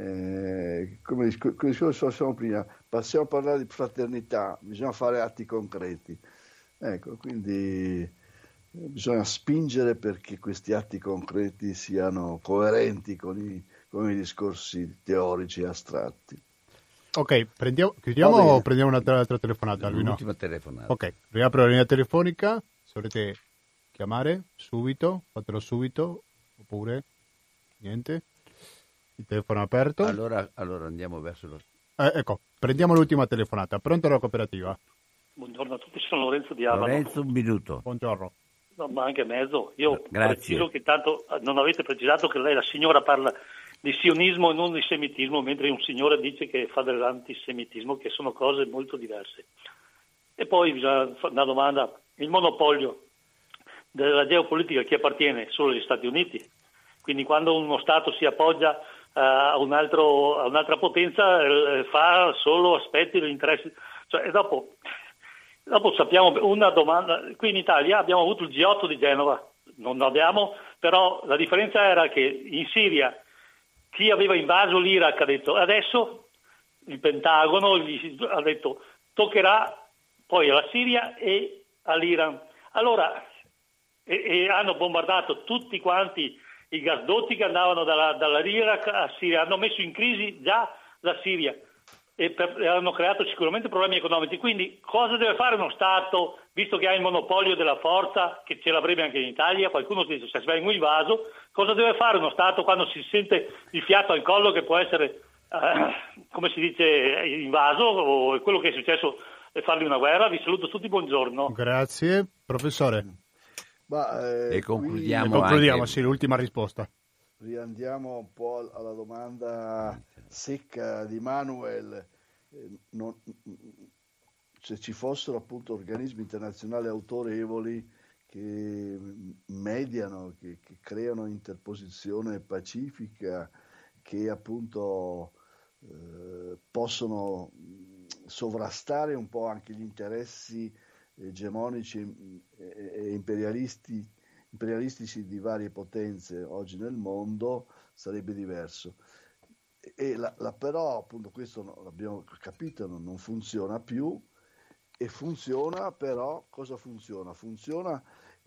Come dicevamo prima, passiamo a parlare di fraternità, bisogna fare atti concreti. Ecco, quindi bisogna spingere perché questi atti concreti siano coerenti con i discorsi teorici e astratti. Ok, chiudiamo o prendiamo un'altra telefonata? L'ultima telefonata. Ok, riapro la linea telefonica, se volete chiamare subito, fatelo subito, oppure niente. Il telefono è aperto. Allora andiamo verso lo... Ecco, prendiamo l'ultima telefonata. Pronto alla cooperativa? Buongiorno a tutti, sono Lorenzo di Abano. Lorenzo, un minuto. Buongiorno. No, ma anche mezzo. Io Grazie. preciso che tanto non avete precisato che lei, la signora, parla di sionismo e non di semitismo, mentre un signore dice che fa dell'antisemitismo, che sono cose molto diverse. E poi bisogna fare una domanda: il monopolio della geopolitica a chi appartiene? Solo agli Stati Uniti. Quindi quando uno Stato si appoggia a un'altra potenza fa solo aspetti degli interessi. Cioè, dopo sappiamo una domanda: qui in Italia abbiamo avuto il G8 di Genova, non lo abbiamo, però la differenza era che in Siria chi aveva invaso l'Iraq ha detto adesso il Pentagono ha detto toccherà poi alla Siria e all'Iran. Allora e hanno bombardato tutti quanti i gasdotti che andavano dall'Iraq a Siria, hanno messo in crisi già la Siria e hanno creato sicuramente problemi economici. Quindi cosa deve fare uno Stato, visto che ha il monopolio della forza, che ce l'avrebbe anche in Italia? Qualcuno dice se vengo invaso, cosa deve fare uno Stato quando si sente il fiato al collo che può essere, come si dice, invaso, o quello che è successo e fargli una guerra? Vi saluto tutti, buongiorno. Grazie, professore. E concludiamo sì, l'ultima risposta. Riandiamo un po' alla domanda secca di Manuel. Se ci fossero appunto organismi internazionali autorevoli che mediano, che creano interposizione pacifica, che appunto possono sovrastare un po' anche gli interessi egemonici e imperialistici di varie potenze oggi nel mondo, sarebbe diverso. Però appunto questo l'abbiamo capito, non funziona più. E funziona però, cosa funziona? Funziona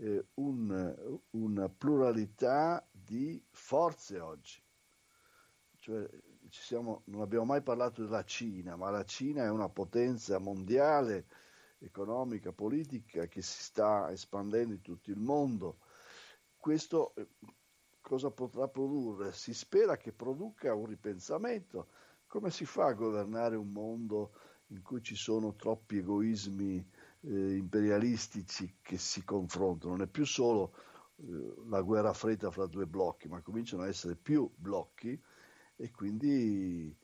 una pluralità di forze oggi. Cioè non abbiamo mai parlato della Cina, ma la Cina è una potenza mondiale, economica, politica, che si sta espandendo in tutto il mondo. Questo cosa potrà produrre? Si spera che produca un ripensamento. Come si fa a governare un mondo in cui ci sono troppi egoismi imperialistici che si confrontano? Non è più solo la guerra fredda fra due blocchi, ma cominciano a essere più blocchi e quindi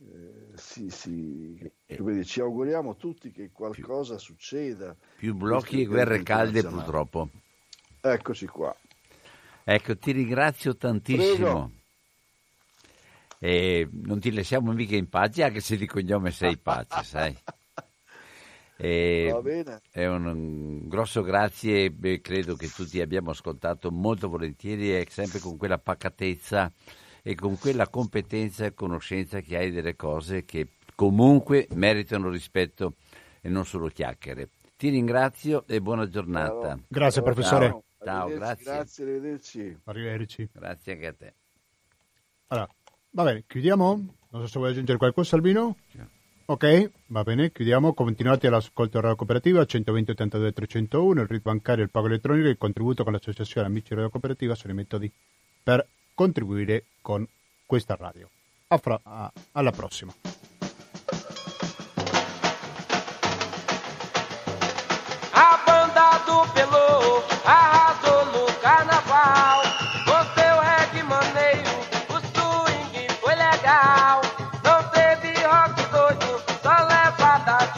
ci auguriamo tutti che qualcosa succeda. Più blocchi e guerre calde purtroppo. Eccoci qua. Ecco, ti ringrazio tantissimo. E non ti lasciamo mica in pace, anche se di cognome sei Pace, sai. Va bene. È un grosso grazie, credo che tutti abbiamo ascoltato molto volentieri e sempre con quella pacatezza e con quella competenza e conoscenza che hai delle cose che comunque meritano rispetto e non solo chiacchiere. Ti ringrazio e buona giornata. Ciao. Grazie professore. Ciao, grazie. Grazie, arrivederci. Arrivederci. Grazie anche a te. Allora, va bene, chiudiamo? Non so se vuoi aggiungere qualcosa, Albino? Ok, va bene, chiudiamo. Continuate all'ascolto Radio Cooperativa 120 82 301, il RID bancario, il pago elettronico, il contributo con l'associazione Amici Radio Cooperativa sono i metodi per contribuire con questa radio. Alla prossima. A banda do Pelô arrasou no carnaval. Com seu reggae maneiro, o swing foi legal. Não teve rock doido, só levada